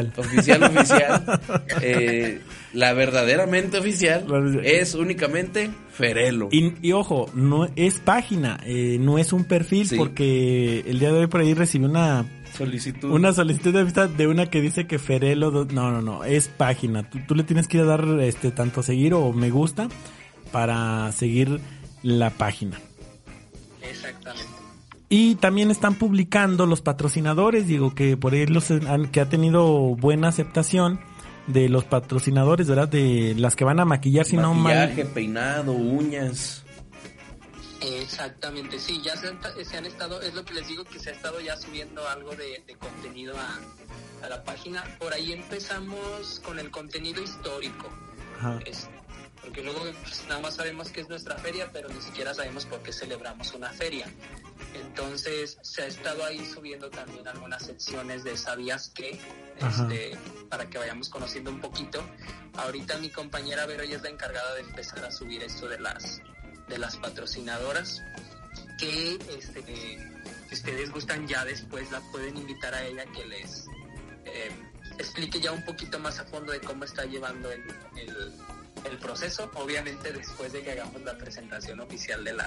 La verdaderamente oficial es únicamente Ferelo. Y ojo, no es página, no es un perfil, sí. Porque el día de hoy por ahí recibí una solicitud de amistad de una que dice que Ferelo, no, es página. Tú le tienes que ir a dar tanto seguir o me gusta para seguir la página. Exactamente. Y también están publicando los patrocinadores, digo, que por ahí que ha tenido buena aceptación, de los patrocinadores, ¿verdad? De las que van a maquillar, si no mal. Maquillaje, peinado, uñas. Exactamente, sí, ya se han estado, es lo que les digo, que se ha estado ya subiendo algo de contenido a la página. Por ahí empezamos con el contenido histórico. Ajá. Porque luego pues, nada más sabemos que es nuestra feria, pero ni siquiera sabemos por qué celebramos una feria. Entonces se ha estado ahí subiendo también algunas secciones de ¿sabías qué? Para que vayamos conociendo un poquito. Ahorita mi compañera Vero ya es la encargada de empezar a subir esto de las patrocinadoras, que si ustedes gustan ya después la pueden invitar a ella que les explique ya un poquito más a fondo de cómo está llevando el proceso, obviamente después de que hagamos la presentación oficial de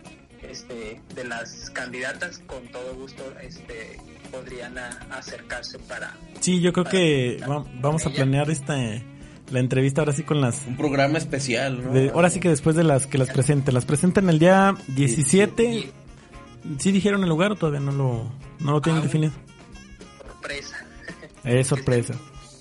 las candidatas. Con todo gusto podrían acercarse para... Sí, yo creo que vamos a planear la entrevista ahora sí con un programa especial, ¿no? Ahora sí que después de las presentan el día 17. ¿Sí dijeron el lugar o todavía no lo tienen definido? Sorpresa. Es sorpresa.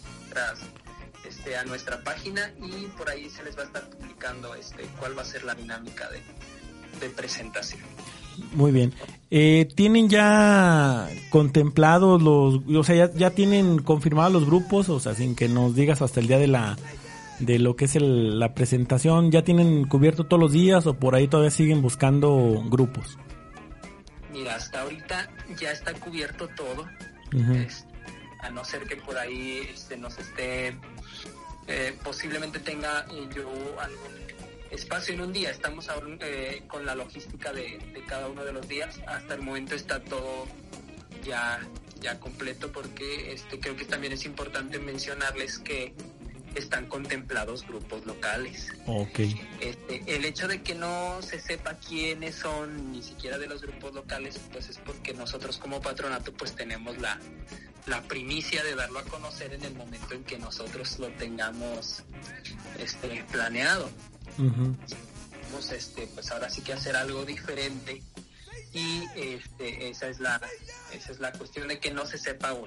A nuestra página, y por ahí se les va a estar publicando cuál va a ser la dinámica de presentación. Muy bien. ¿Tienen ya contemplados o sea, ya tienen confirmados los grupos? O sea, sin que nos digas hasta el día de lo que es la presentación, ¿ya tienen cubierto todos los días o por ahí todavía siguen buscando grupos? Mira, hasta ahorita ya está cubierto todo. Uh-huh. A no ser que por ahí nos esté... posiblemente tenga yo algún espacio en un día. Estamos aún con la logística de cada uno de los días. Hasta el momento está todo ya completo, porque creo que también es importante mencionarles que están contemplados grupos locales. Okay. El hecho de que no se sepa quiénes son ni siquiera de los grupos locales, pues es porque nosotros como patronato pues tenemos la primicia de darlo a conocer en el momento en que nosotros lo tengamos planeado. Uh-huh. Vamos pues ahora sí que hacer algo diferente, y esa es la cuestión de que no se sepa aún.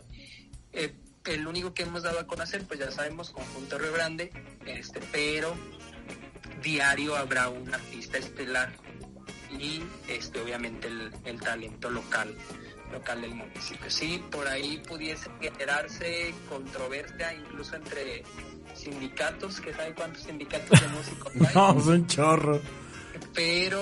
El único que hemos dado a conocer, pues ya sabemos, Conjunto Río Grande, pero diario habrá un artista estelar y obviamente el talento local del municipio. Sí, por ahí pudiese generarse controversia incluso entre sindicatos, que sabe cuántos sindicatos de músicos hay. No, es un chorro. Pero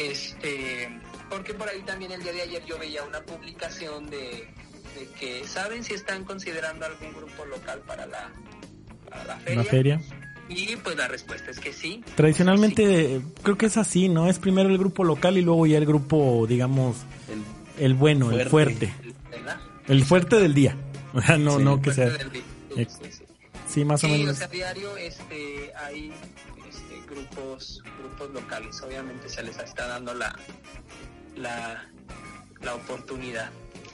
porque por ahí también el día de ayer yo veía una publicación de que saben si están considerando algún grupo local para la feria. ¿La feria? Y pues la respuesta es que sí. Tradicionalmente sí. Creo que es así, ¿no? Es primero el grupo local y luego ya el grupo, digamos, el bueno, fuerte. El fuerte. El fuerte del día. O sea, no que sea. Sí, más o menos. O sea, diario hay grupos locales. Obviamente se les está dando la oportunidad.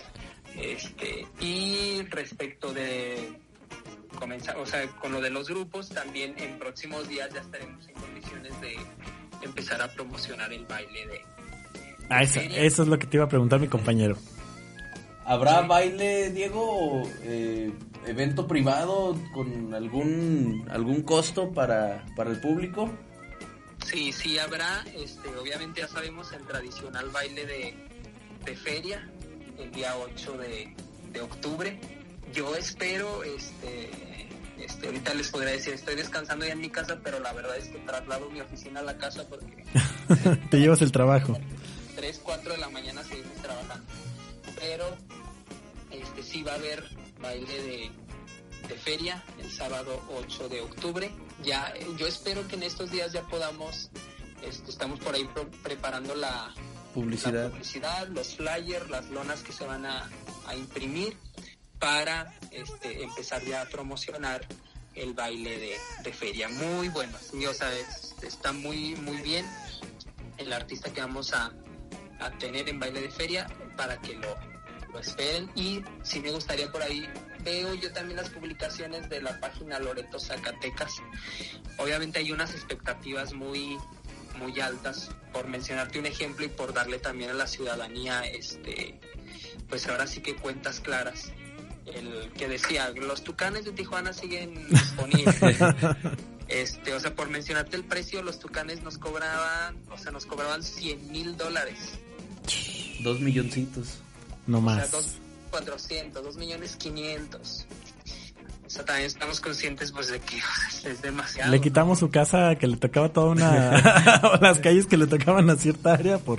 Y respecto de comenzar, o sea, con lo de los grupos, también en próximos días ya estaremos en condiciones de empezar a promocionar el baile de eso es lo que te iba a preguntar mi compañero. ¿Habrá baile, Diego, evento privado con algún costo para el público? Sí habrá, obviamente ya sabemos el tradicional baile de feria el día 8 de octubre. Yo espero, ahorita les podría decir, estoy descansando ya en mi casa, pero la verdad es que traslado mi oficina a la casa porque... Te llevas el trabajo. 3, 4 de la mañana seguimos trabajando. Pero sí va a haber baile de feria el sábado 8 de octubre. Ya, yo espero que en estos días ya podamos, estamos por ahí preparando la publicidad, los flyers, las lonas que se van a imprimir para empezar ya a promocionar el baile de feria. Muy bueno, sí, o sea, está muy muy bien el artista que vamos a tener en baile de feria, para que lo esperen. Y si me gustaría, por ahí veo yo también las publicaciones de la página Loreto Zacatecas. Obviamente hay unas expectativas muy muy altas, por mencionarte un ejemplo y por darle también a la ciudadanía pues ahora sí que cuentas claras. el que decía, los Tucanes de Tijuana siguen disponibles. O sea, por mencionarte el precio, los Tucanes nos cobraban $100,000. 2 milloncitos. No más. O sea, 2.400.000, 2.500.000. O sea, también estamos conscientes pues de que es demasiado. Le quitamos su casa que le tocaba toda una o las calles que le tocaban a cierta área por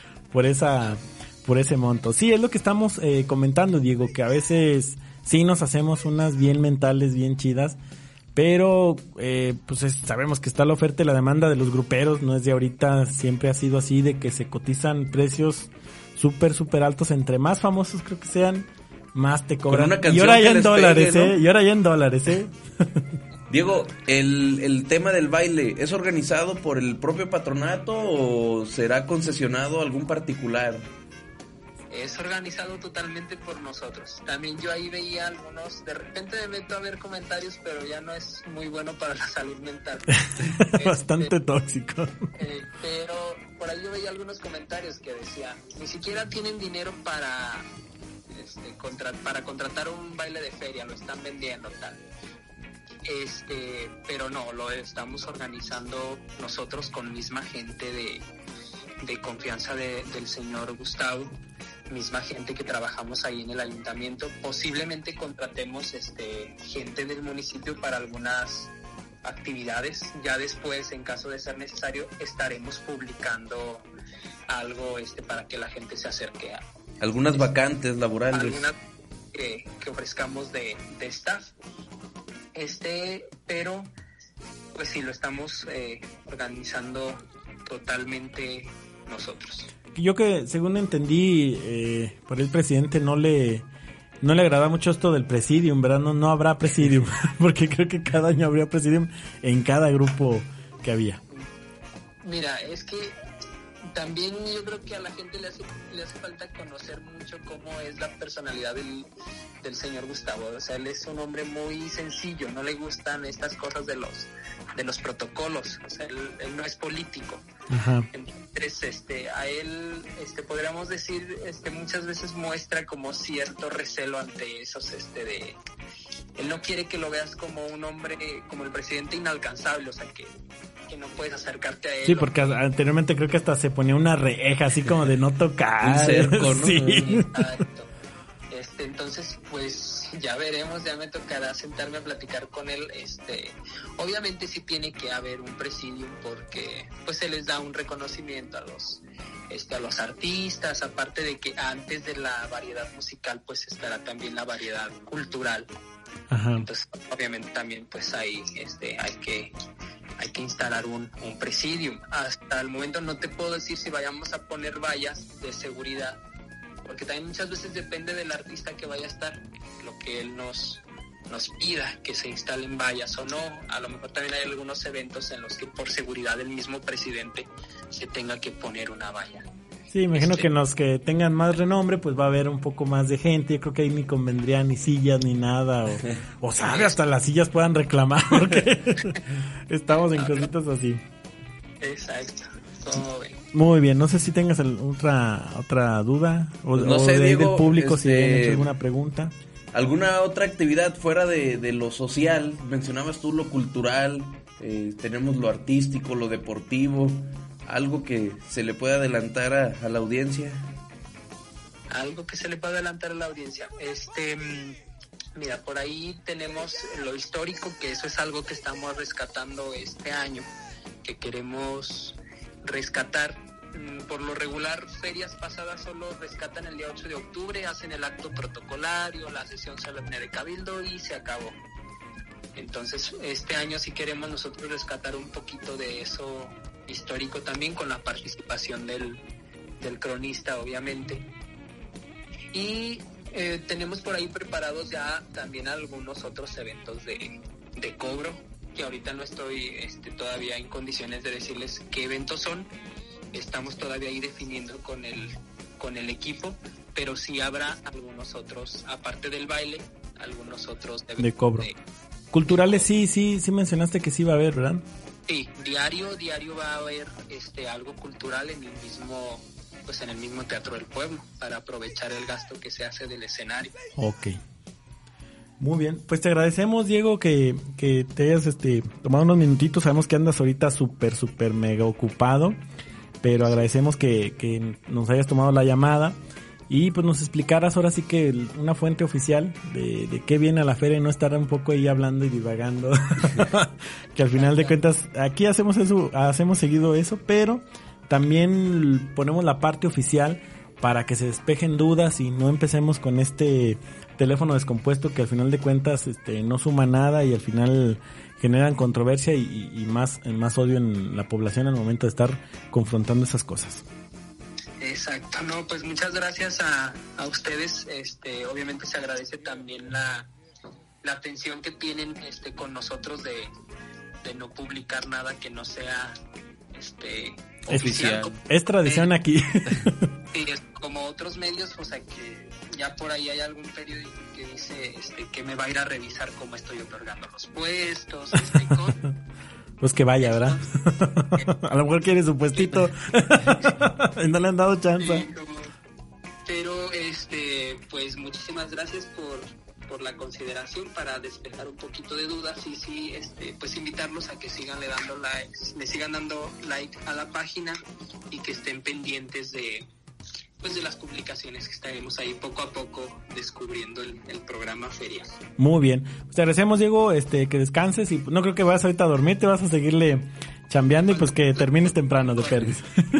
ese monto. Sí, es lo que estamos comentando, Diego, que a veces sí nos hacemos unas bien mentales, bien chidas, pero sabemos que está la oferta y la demanda de los gruperos, no es de ahorita, siempre ha sido así, de que se cotizan precios súper altos, entre más famosos creo que sean, más te cobran. Y ahora ya en dólares, pegue, ¿no? Y ahora ya en dólares, Diego, el tema del baile, ¿es organizado por el propio patronato o será concesionado a algún particular? Es organizado totalmente por nosotros. También yo ahí veía algunos, de repente me meto a ver comentarios, pero ya no es muy bueno para la salud mental. Bastante tóxico. Pero por ahí yo veía algunos comentarios que decían, ni siquiera tienen dinero para contratar un baile de feria, lo están vendiendo tal. Pero no, lo estamos organizando nosotros con misma gente de confianza del señor Gustavo, misma gente que trabajamos ahí en el ayuntamiento. Posiblemente contratemos gente del municipio para algunas actividades. Ya después, en caso de ser necesario, estaremos publicando algo para que la gente se acerque a algunas vacantes laborales, algunas que ofrezcamos de staff. Pero pues sí, lo estamos organizando totalmente nosotros. Yo que según entendí, por el presidente no le agrada mucho esto del presidium, ¿verdad? No habrá presidium, porque creo que cada año habría presidium en cada grupo que había. Mira, es que también yo creo que a la gente le hace falta conocer mucho cómo es la personalidad del señor Gustavo. O sea, él es un hombre muy sencillo, no le gustan estas cosas de los protocolos. O sea, él no es político. Ajá. Entonces, a él, podríamos decir, muchas veces muestra como cierto recelo ante esos, él no quiere que lo veas como un hombre, como el presidente inalcanzable, o sea, que no puedes acercarte a él. Sí, porque anteriormente creo que hasta se ponía una reja así como de no tocar. Un cerco, ¿no? Sí. Exacto. Entonces, pues ya veremos, ya me tocará sentarme a platicar con él. Obviamente sí tiene que haber un presidium porque pues se les da un reconocimiento a los artistas, aparte de que antes de la variedad musical pues estará también la variedad cultural. Ajá. Entonces, obviamente también pues ahí hay que instalar un presidium. Hasta el momento no te puedo decir si vayamos a poner vallas de seguridad, porque también muchas veces depende del artista que vaya a estar, lo que él nos pida, que se instalen vallas o no. A lo mejor también hay algunos eventos en los que por seguridad del mismo presidente se tenga que poner una valla. Sí, imagino que en los que tengan más renombre pues va a haber un poco más de gente. Yo creo que ahí ni convendría ni sillas ni nada, o sabe, hasta las sillas puedan reclamar porque estamos en cositas así. Exacto, todo bien. Muy bien, no sé si tengas otra duda o, no sé, Diego, del público si han hecho alguna pregunta. ¿Alguna otra actividad fuera de lo social? Mencionabas tú lo cultural, tenemos lo artístico, lo deportivo, algo que se le pueda adelantar a la audiencia. Algo que se le pueda adelantar a la audiencia. Mira, por ahí tenemos lo histórico, que eso es algo que estamos rescatando este año, que queremos rescatar. Por lo regular, ferias pasadas solo rescatan el día 8 de octubre, hacen el acto protocolario, la sesión solemne de cabildo y se acabó. Entonces, este año sí queremos nosotros rescatar un poquito de eso histórico también, con la participación del cronista, obviamente. Y tenemos por ahí preparados ya también algunos otros eventos de cobro, que ahorita no estoy todavía en condiciones de decirles qué eventos son. Estamos todavía ahí definiendo con el equipo, pero sí habrá algunos otros, aparte del baile, algunos otros eventos de cobro. Culturales sí mencionaste que sí va a haber, ¿verdad? Sí, diario va a haber algo cultural en el mismo Teatro del Pueblo, para aprovechar el gasto que se hace del escenario. Ok. Muy bien, pues te agradecemos, Diego, que te hayas tomado unos minutitos. Sabemos que andas ahorita súper mega ocupado, pero agradecemos que nos hayas tomado la llamada y pues nos explicaras ahora sí que una fuente oficial de qué viene a la feria y no estar un poco ahí hablando y divagando. Que al final de cuentas aquí hacemos seguido eso, pero también ponemos la parte oficial para que se despejen dudas y no empecemos con este teléfono descompuesto que al final de cuentas no suma nada y al final generan controversia y más odio en la población al momento de estar confrontando esas cosas. Exacto, no, pues muchas gracias a ustedes. Obviamente se agradece también la atención que tienen con nosotros de no publicar nada que no sea oficial. Es tradición aquí. Sí, como otros medios, o sea que ya por ahí hay algún periódico que dice que me va a ir a revisar cómo estoy otorgando los puestos. Pues que vaya, ¿verdad? A lo mejor quiere su puestito y no le han dado chance. Pero pues muchísimas gracias por la consideración para despejar un poquito de dudas y sí, pues invitarlos a que sigan le sigan dando like a la página y que estén pendientes de las publicaciones que estaremos ahí poco a poco descubriendo el programa Feria. Muy bien, pues te agradecemos, Diego, que descanses y no creo que vayas ahorita a dormir, te vas a seguirle chambeando y pues que termines temprano de perdis.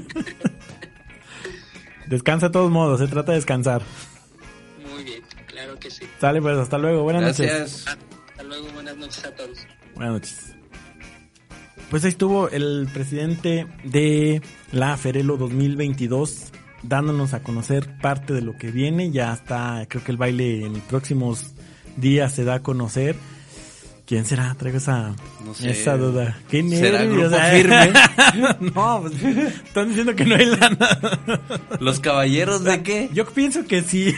Descansa de todos modos, se trata de descansar. Muy bien, claro que sí. Sale pues, hasta luego, buenas noches. Hasta luego, buenas noches a todos. Buenas noches. Pues ahí estuvo el presidente de la Ferelo 2022 dándonos a conocer parte de lo que viene. Ya está, creo que el baile en próximos días se da a conocer. ¿Quién será? Traigo esa duda. ¿Qué nervios? ¿Será Grupo Firme? No, pues están diciendo que no hay lana. ¿Los caballeros de qué? Yo pienso que sí.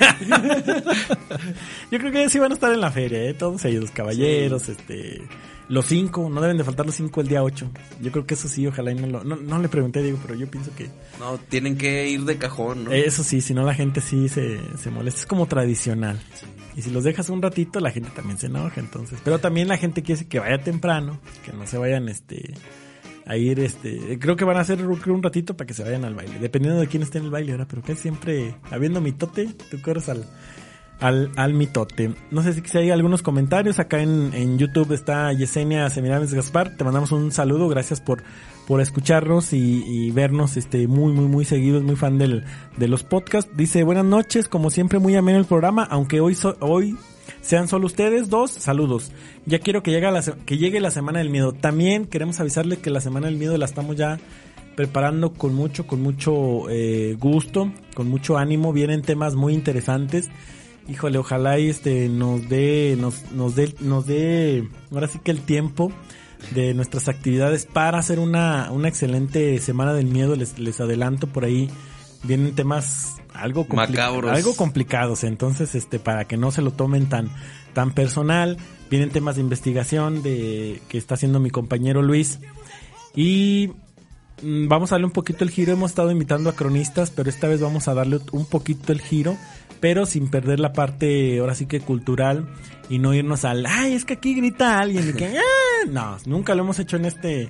Yo creo que sí van a estar en la feria, todos ellos, los caballeros, sí. Los 5, no deben de faltar los 5 el día 8. Yo creo que eso sí, ojalá y no le pregunté a Diego, pero yo pienso que... No, tienen que ir de cajón, ¿no? Eso sí, si no la gente sí se molesta. Es como tradicional. Sí. Y si los dejas un ratito, la gente también se enoja, entonces. Pero también la gente quiere que vaya temprano, que no se vayan a ir, creo que van a hacer un ratito para que se vayan al baile. Dependiendo de quién esté en el baile ahora, pero que siempre, habiendo mitote, tú corres al mitote. No sé si hay algunos comentarios. Acá en YouTube está Yesenia Semiramis Gaspar. Te mandamos un saludo. Gracias por escucharnos y vernos muy seguidos. Muy fan de los podcasts. Dice, buenas noches. Como siempre, muy ameno el programa. Aunque hoy sean solo ustedes dos. Saludos. Ya quiero que llegue la Semana del Miedo. También queremos avisarles que la Semana del Miedo la estamos ya preparando con mucho gusto, con mucho ánimo. Vienen temas muy interesantes. Híjole, ojalá y nos dé ahora sí que el tiempo de nuestras actividades para hacer una excelente Semana del Miedo. Les adelanto, por ahí vienen temas algo complicados, entonces para que no se lo tomen tan personal. Vienen temas de investigación que está haciendo mi compañero Luis y vamos a darle un poquito el giro. Hemos estado invitando a cronistas, pero esta vez vamos a darle un poquito el giro, pero sin perder la parte ahora sí que cultural y no irnos es que aquí grita alguien y que no, nunca lo hemos hecho en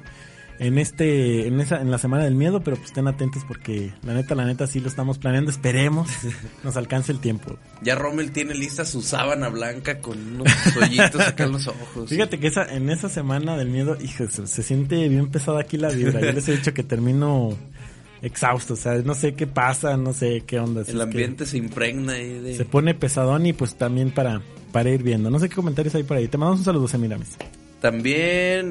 la Semana del Miedo, pero pues estén atentos porque la neta sí lo estamos planeando. Esperemos nos alcance el tiempo. Ya Rommel tiene lista su sábana blanca con unos hoyitos acá en los ojos. Fíjate que en esa Semana del Miedo, hijo, se siente bien pesada aquí la vibra. Yo les he dicho que termino exhausto, o sea, no sé qué pasa, no sé qué onda. El ambiente se impregna ahí se pone pesadón y pues también para ir viendo. No sé qué comentarios hay por ahí. Te mandamos un saludo, Semiramis. También,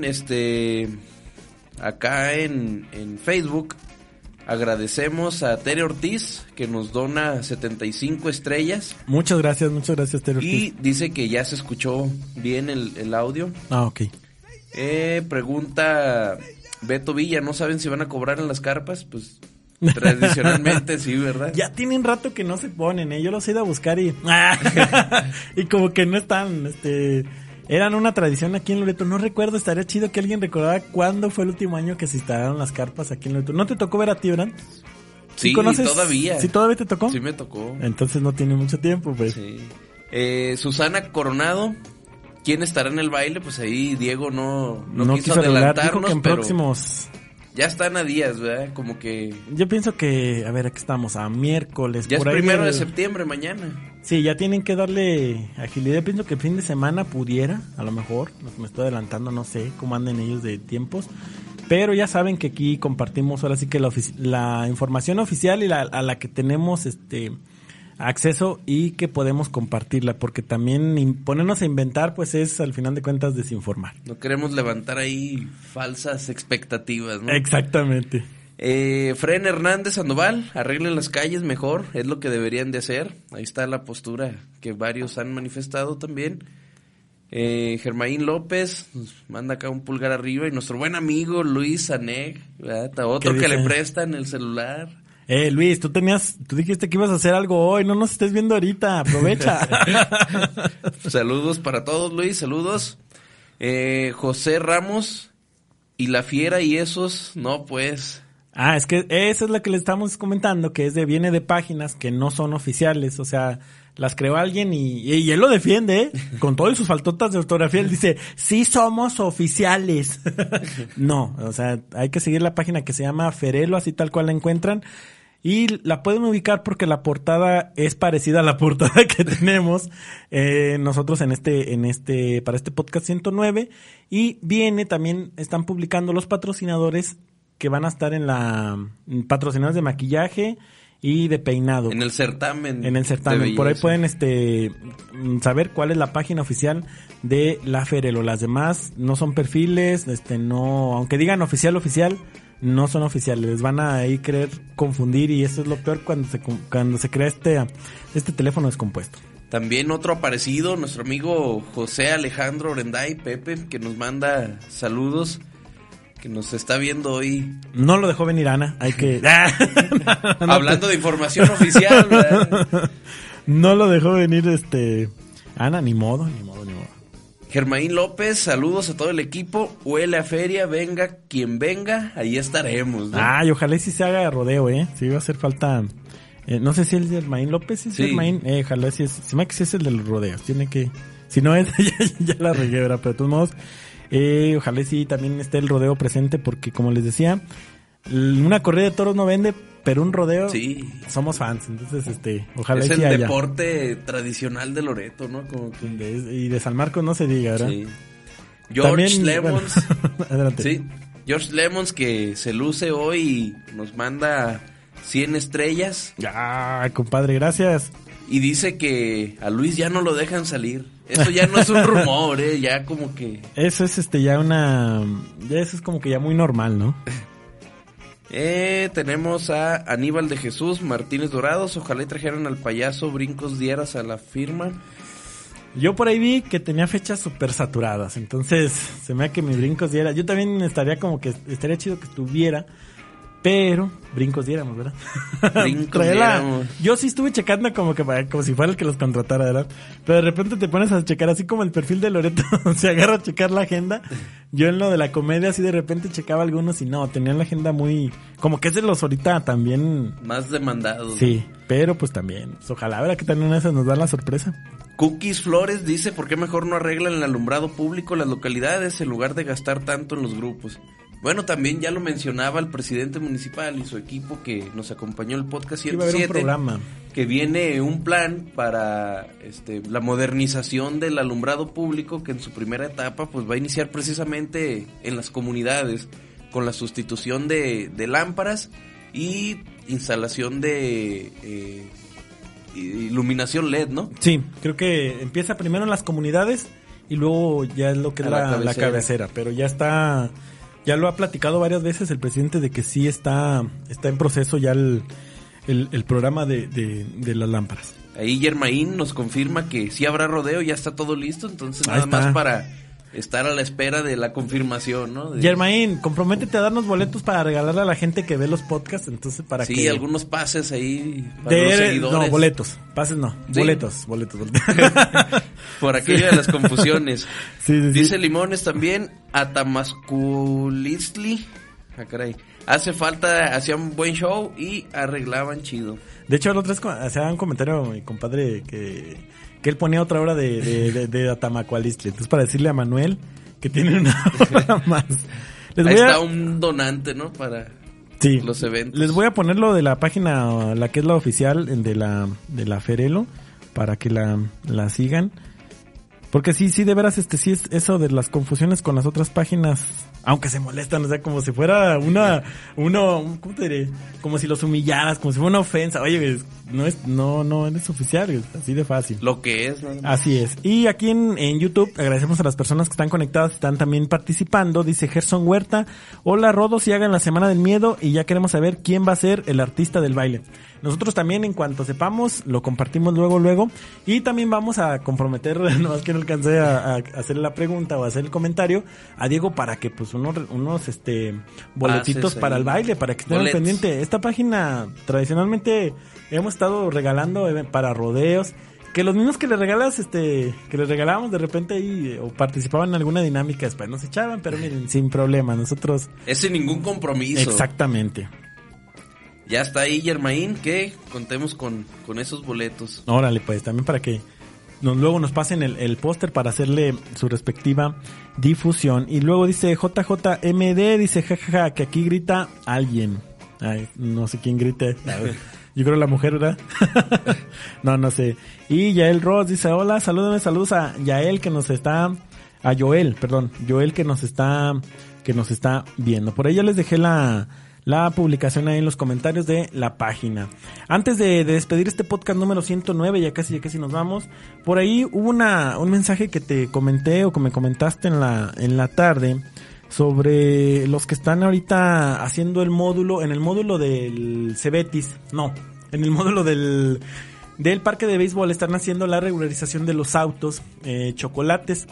acá en Facebook agradecemos a Tere Ortiz que nos dona 75 estrellas. Muchas gracias Tere Ortiz. Y dice que ya se escuchó bien el audio. Ok. Pregunta Beto Villa, ¿no saben si van a cobrar en las carpas? Pues tradicionalmente sí, ¿verdad? Ya tienen rato que no se ponen, yo los he ido a buscar y y como que no están, eran una tradición aquí en Loreto. No recuerdo, estaría chido que alguien recordara cuándo fue el último año que se instalaron las carpas aquí en Loreto. ¿No te tocó ver a ti, Bran? Sí, todavía. ¿Sí todavía te tocó? Sí me tocó. Entonces no tiene mucho tiempo, pues. Sí. Susana Coronado quién estará en el baile, pues ahí Diego no quiso adelantarnos, dijo que en pero próximos... Ya están a días, ¿verdad? Como que... Yo pienso que, a ver, aquí estamos, a miércoles. Ya por es 1 de septiembre, mañana. Sí, ya tienen que darle agilidad. Pienso que el fin de semana pudiera, a lo mejor. Me estoy adelantando, no sé cómo anden ellos de tiempos. Pero ya saben que aquí compartimos ahora sí que la información oficial y a la que tenemos acceso y que podemos compartirla, porque también ponernos a inventar pues es al final de cuentas desinformar. No queremos levantar ahí falsas expectativas, ¿no? Exactamente. Fren Hernández Sandoval, arreglen las calles mejor, es lo que deberían de hacer. Ahí está la postura que varios han manifestado también. Germaín López nos manda acá un pulgar arriba, y nuestro buen amigo Luis Aneg, otro que le prestan el celular. Luis, tú dijiste que ibas a hacer algo hoy, no nos estés viendo ahorita, aprovecha. Saludos para todos, Luis, saludos. José Ramos y la Fiera y esos, no pues. Es que esa es la que le estamos comentando, que viene de páginas que no son oficiales, o sea, las creó alguien y él lo defiende, con todas sus faltotas de ortografía, él dice, sí somos oficiales. No, o sea, hay que seguir la página que se llama Ferelo, así tal cual la encuentran. Y la pueden ubicar porque la portada es parecida a la portada que tenemos nosotros para este podcast 109. Y también están publicando los patrocinadores que van a estar patrocinadores de maquillaje y de peinado. En el certamen. Por ahí pueden saber cuál es la página oficial de la Ferelo. Las demás no son perfiles, aunque digan oficial, no son oficiales, les van a ahí querer confundir, y eso es lo peor cuando se crea este teléfono descompuesto. También otro aparecido, nuestro amigo José Alejandro Orenday, Pepe, que nos manda saludos, que nos está viendo hoy. No lo dejó venir Ana, hay que... Hablando de información oficial, ¿verdad? No lo dejó venir Ana, ni modo. Germaín López, saludos a todo el equipo. Huele a feria, venga quien venga, ahí estaremos, ¿no? Y ojalá sí se haga rodeo, sí va a hacer falta. No sé si es Germaín López, sí. Germaín, ojalá sí es el de los rodeos, tiene que, si no es, ya la regué, ¿verdad? Pero de todos modos, ojalá sí también esté el rodeo presente, porque como les decía, una corrida de toros no vende, pero un rodeo, sí, somos fans, entonces ojalá sí haya. Es el deporte tradicional de Loreto, ¿no? Como que... y de San Marcos no se diga, ¿verdad? Sí. George Lemons, adelante. Sí, George Lemons, que se luce hoy y nos manda 100 estrellas. Ya, compadre, gracias. Y dice que a Luis ya no lo dejan salir. Eso ya no es un rumor, ya como que... Eso es eso es como que ya muy normal, ¿no? Tenemos a Aníbal de Jesús Martínez Dorados. Ojalá y trajeran al payaso Brincos Dieras a la firma. Yo por ahí vi que tenía fechas súper saturadas, entonces se me da que mi Brincos Dieras. Yo también estaría chido que estuviera, pero Brincos Diéramos, ¿verdad? Brincos Diéramos. Yo sí estuve checando como si fuera el que los contratara, ¿verdad? Pero de repente te pones a checar, así como el perfil de Loreto se agarra a checar la agenda. Yo en lo de la comedia así de repente checaba algunos y no, tenían la agenda muy... Como que es de los ahorita también... Más demandados. Sí, pero pues también, pues ojalá, ¿verdad? Que también una de esas nos dan la sorpresa. Cookies Flores dice, ¿por qué mejor no arreglan el alumbrado público las localidades en lugar de gastar tanto en los grupos? Bueno, también ya lo mencionaba el presidente municipal y su equipo que nos acompañó en el podcast 107, programa. Que viene un plan para la modernización del alumbrado público, que en su primera etapa pues va a iniciar precisamente en las comunidades con la sustitución de lámparas y instalación de iluminación LED, ¿no? Sí, creo que empieza primero en las comunidades y luego ya es lo que es la cabecera, pero ya lo ha platicado varias veces el presidente de que sí está en proceso ya el programa de las lámparas. Ahí Germaín nos confirma que sí habrá rodeo, ya está todo listo, entonces nada más para estar a la espera de la confirmación, ¿no? Germaín, comprométete a darnos boletos para regalarle a la gente que ve los podcasts, entonces para que... Sí, algunos pases ahí para los seguidores. No, boletos, pases no, ¿sí? boletos. Por aquello de las confusiones. Sí. Dice Limones también, Atamasculistli, caray. Hace falta, hacían buen show y arreglaban chido. De hecho, el otro hacía un comentario mi compadre que él ponía otra hora de Atamacualistli. Entonces, para decirle a Manuel que tiene una hora más. Ahí está un donante, ¿no? Para los eventos. Les voy a poner lo de la página, la que es la oficial de la Ferelo, para que la sigan. Porque sí, de veras, sí es eso de las confusiones con las otras páginas, aunque se molestan, o sea, como si fuera ¿cómo te diré? Como si los humillaras, como si fuera una ofensa. Oye, no eres oficial, es así de fácil. Lo que es, ¿no? Así es. Y aquí en YouTube agradecemos a las personas que están conectadas, están también participando. Dice Gerson Huerta: hola Rodos, y hagan la Semana del Miedo y ya queremos saber quién va a ser el artista del baile. Nosotros también, en cuanto sepamos, lo compartimos luego. Y también vamos a comprometer, no más que no alcancé a hacer la pregunta o a hacer el comentario, a Diego para que pues unos boletitos para el baile, para que estén al pendiente. Esta página tradicionalmente hemos estado regalando para rodeos, que los mismos que les regalábamos de repente ahí o participaban en alguna dinámica, después nos echaban, pero miren, sin problema, nosotros... Es sin ningún compromiso. Exactamente. Ya está ahí, Germain, que contemos con esos boletos. Órale, pues, también para que luego nos pasen el póster para hacerle su respectiva difusión. Y luego dice JJMD, dice jajaja, que aquí grita alguien. Ay, no sé quién grite. Yo creo la mujer, ¿verdad? No sé. Y Yael Ross dice: hola, saludos a Yael que nos está... A Joel que nos está viendo. Por ahí ya les dejé la publicación ahí en los comentarios de la página. Antes de despedir este podcast número 109, ya casi nos vamos. Por ahí hubo un mensaje que te comenté o que me comentaste en la tarde sobre los que están ahorita haciendo en el módulo del Cebetis. No, en el módulo del parque de béisbol están haciendo la regularización de los autos, chocolates.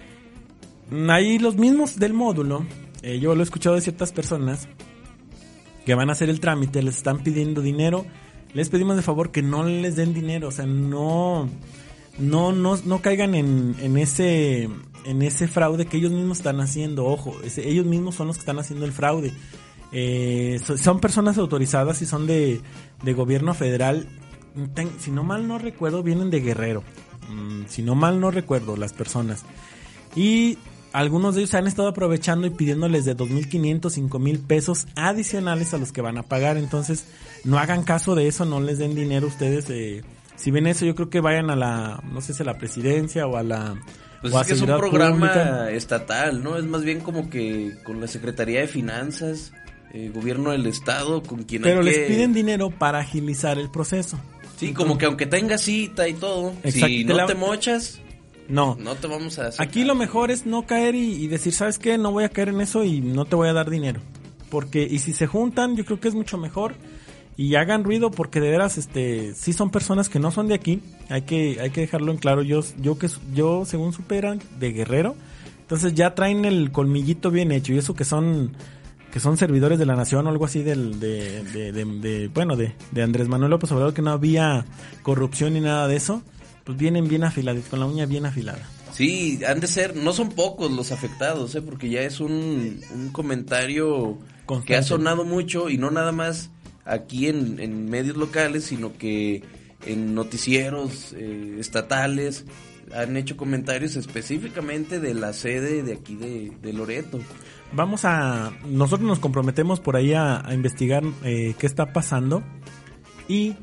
Ahí los mismos del módulo, yo lo he escuchado de ciertas personas que van a hacer el trámite, les están pidiendo dinero. Les pedimos de favor que no les den dinero, o sea, no caigan en ese fraude que ellos mismos están haciendo. Ojo, ellos mismos son los que están haciendo el fraude. Son personas autorizadas y son de gobierno federal. Si no mal no recuerdo, vienen de Guerrero. Si no mal no recuerdo, las personas. Y algunos de ellos se han estado aprovechando y pidiéndoles de 2,500, 5,000 pesos adicionales a los que van a pagar. Entonces, no hagan caso de eso, no les den dinero ustedes. Si ven eso, yo creo que vayan a la presidencia o a la... Pues es que es un programa estatal, ¿no? Es más bien como que con la Secretaría de Finanzas, gobierno del estado, con quien Pero les piden dinero para agilizar el proceso. Sí, entonces, como que aunque tengas cita y todo, si no te mochas... No te vamos a hacer. Aquí lo mejor es no caer y decir, ¿sabes qué? No voy a caer en eso y no te voy a dar dinero. Y si se juntan, yo creo que es mucho mejor y hagan ruido, porque de veras, sí son personas que no son de aquí. Hay que dejarlo en claro. Yo según supe eran de Guerrero, entonces ya traen el colmillito bien hecho, y eso que son servidores de la nación o algo así de Andrés Manuel López Obrador, que no había corrupción ni nada de eso. Pues vienen bien afilados, con la uña bien afilada. Sí, han de ser, no son pocos los afectados, porque ya es un comentario constante, que ha sonado mucho, y no nada más aquí en medios locales, sino que en noticieros estatales han hecho comentarios específicamente de la sede de aquí de Loreto. Nosotros nos comprometemos por ahí a investigar qué está pasando, y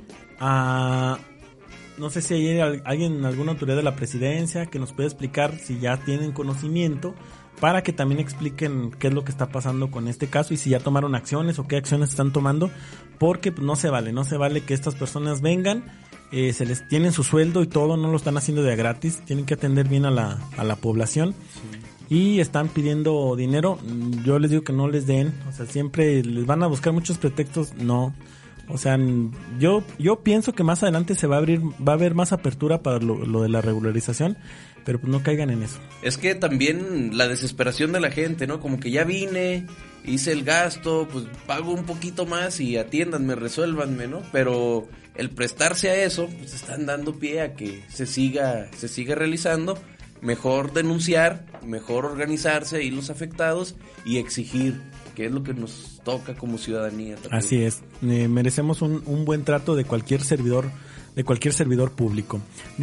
no sé si hay alguna autoridad de la presidencia que nos pueda explicar si ya tienen conocimiento, para que también expliquen qué es lo que está pasando con este caso y si ya tomaron acciones o qué acciones están tomando, porque pues, no se vale que estas personas vengan, se les tienen su sueldo y todo, no lo están haciendo de a gratis, tienen que atender bien a la población. Sí. Y están pidiendo dinero. Yo les digo que no les den, o sea, siempre les van a buscar muchos pretextos, no. O sea, yo pienso que más adelante va a haber más apertura para lo de la regularización, pero pues no caigan en eso. Es que también la desesperación de la gente, ¿no? Como que ya vine, hice el gasto, pues pago un poquito más y atiéndanme, resuélvanme, ¿no? Pero el prestarse a eso, pues están dando pie a que se siga realizando. Mejor denunciar, mejor organizarse y los afectados y exigir que es lo que nos toca como ciudadanía también. Así es, merecemos un buen trato de cualquier servidor público.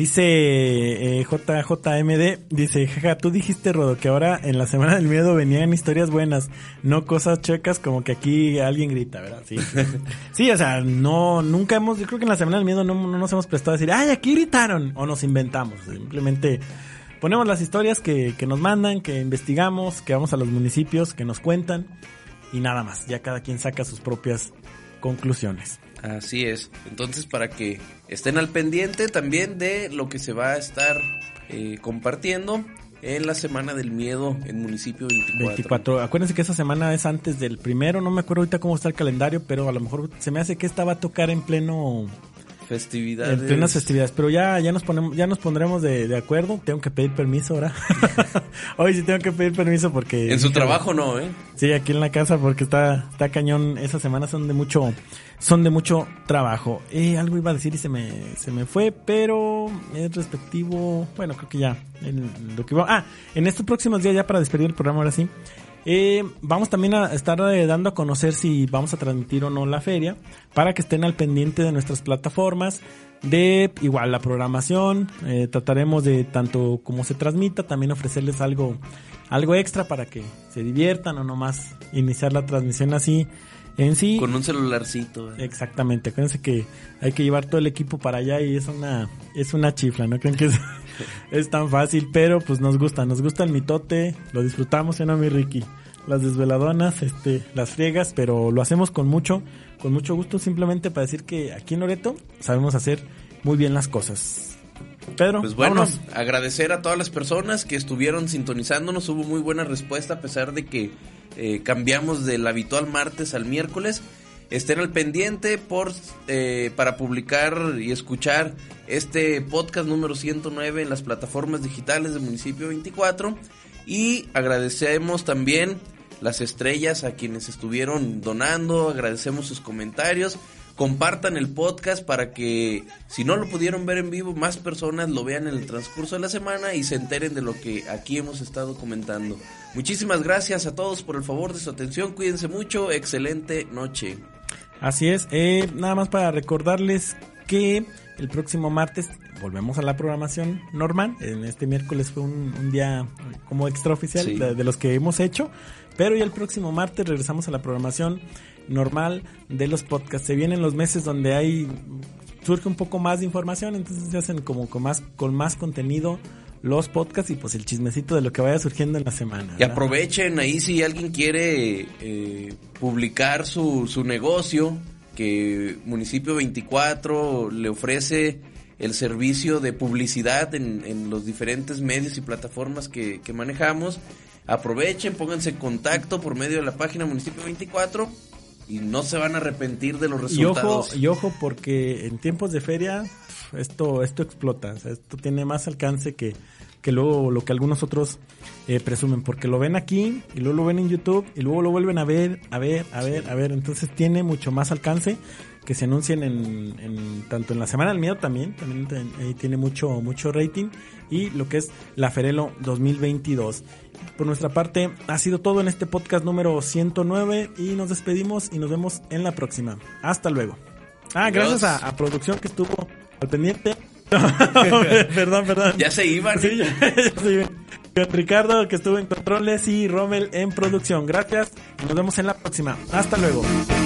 Dice JJMD, dice, jaja, tú dijiste, Rodo, que ahora en la Semana del Miedo venían historias buenas, no cosas checas como que aquí alguien grita, ¿verdad? Sí. Sí, o sea, nunca yo creo que en la Semana del Miedo no nos hemos prestado a decir, ay, aquí gritaron, o nos inventamos. Simplemente ponemos las historias que nos mandan, que investigamos, que vamos a los municipios, que nos cuentan, y nada más, ya cada quien saca sus propias conclusiones. Así es, entonces para que estén al pendiente también de lo que se va a estar compartiendo en la Semana del Miedo en Municipio 24. Acuérdense que esa semana es antes del 1, no me acuerdo ahorita cómo está el calendario, pero a lo mejor se me hace que esta va a tocar en pleno... festividades. En plenas festividades, pero ya nos pondremos de acuerdo. Tengo que pedir permiso ahora. Hoy sí tengo que pedir permiso porque... En su trabajo no, Sí, aquí en la casa porque está cañón. Esas semanas son de mucho trabajo. Algo iba a decir y se me fue, pero es respectivo... Bueno, creo que ya. En estos próximos días, ya para despedir el programa ahora sí, vamos también a estar dando a conocer si vamos a transmitir o no la feria, para que estén al pendiente de nuestras plataformas, de igual la programación. Trataremos de, tanto como se transmita, también ofrecerles algo extra para que se diviertan, o nomás iniciar la transmisión así en sí. Con un celularcito. Exactamente, acuérdense que hay que llevar todo el equipo para allá y es una chifla, no creen que es tan fácil, pero pues nos gusta el mitote, lo disfrutamos, ¿no, mi Ricky? Las desveladonas, las friegas, pero lo hacemos con mucho gusto, simplemente para decir que aquí en Loreto sabemos hacer muy bien las cosas. Pedro, pues bueno, vámonos. Agradecer a todas las personas que estuvieron sintonizándonos, hubo muy buena respuesta a pesar de que cambiamos del habitual martes al miércoles. Estén al pendiente para publicar y escuchar este podcast número 109 en las plataformas digitales de Municipio 24. Y agradecemos también las estrellas a quienes estuvieron donando, agradecemos sus comentarios. Compartan el podcast para que, si no lo pudieron ver en vivo, más personas lo vean en el transcurso de la semana y se enteren de lo que aquí hemos estado comentando. Muchísimas gracias a todos por el favor de su atención, cuídense mucho, excelente noche. Así es, nada más para recordarles que el próximo martes volvemos a la programación normal. En este miércoles fue un día como extraoficial, sí, de los que hemos hecho, pero ya el próximo martes regresamos a la programación normal de los podcasts. Se vienen los meses donde surge un poco más de información, entonces se hacen como con más contenido los podcasts y pues el chismecito de lo que vaya surgiendo en la semana, ¿verdad? Y aprovechen ahí si alguien quiere publicar su negocio, que Municipio 24 le ofrece el servicio de publicidad en los diferentes medios y plataformas que manejamos. Aprovechen, pónganse en contacto por medio de la página Municipio 24 y no se van a arrepentir de los resultados. Y ojo porque en tiempos de feria esto explota, o sea, esto tiene más alcance que luego lo que algunos otros presumen, porque lo ven aquí y luego lo ven en YouTube y luego lo vuelven a ver, entonces tiene mucho más alcance que se anuncien en tanto en la Semana del Miedo también tiene mucho rating, y lo que es la Ferelo 2022. Por nuestra parte ha sido todo en este podcast número 109 y nos despedimos y nos vemos en la próxima. Hasta luego. Gracias a producción que estuvo al pendiente. Perdón. Ya se iban. Sí, ya se iban. Con Ricardo que estuvo en controles y Rommel en producción. Gracias. Nos vemos en la próxima. Hasta luego.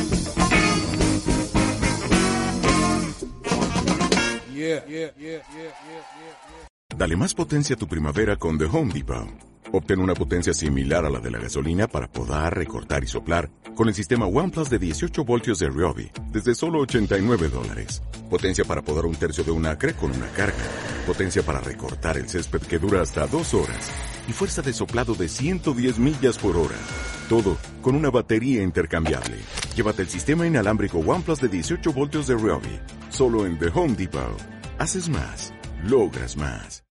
Dale más potencia a tu primavera con The Home Depot. Obtén una potencia similar a la de la gasolina para podar, recortar y soplar con el sistema OnePlus de 18 voltios de Ryobi desde solo $89. Potencia para podar 1/3 de un acre con una carga. Potencia para recortar el césped que dura hasta 2 horas. Y fuerza de soplado de 110 millas por hora. Todo con una batería intercambiable. Llévate el sistema inalámbrico OnePlus de 18 voltios de Ryobi. Solo en The Home Depot. Haces más. Logras más.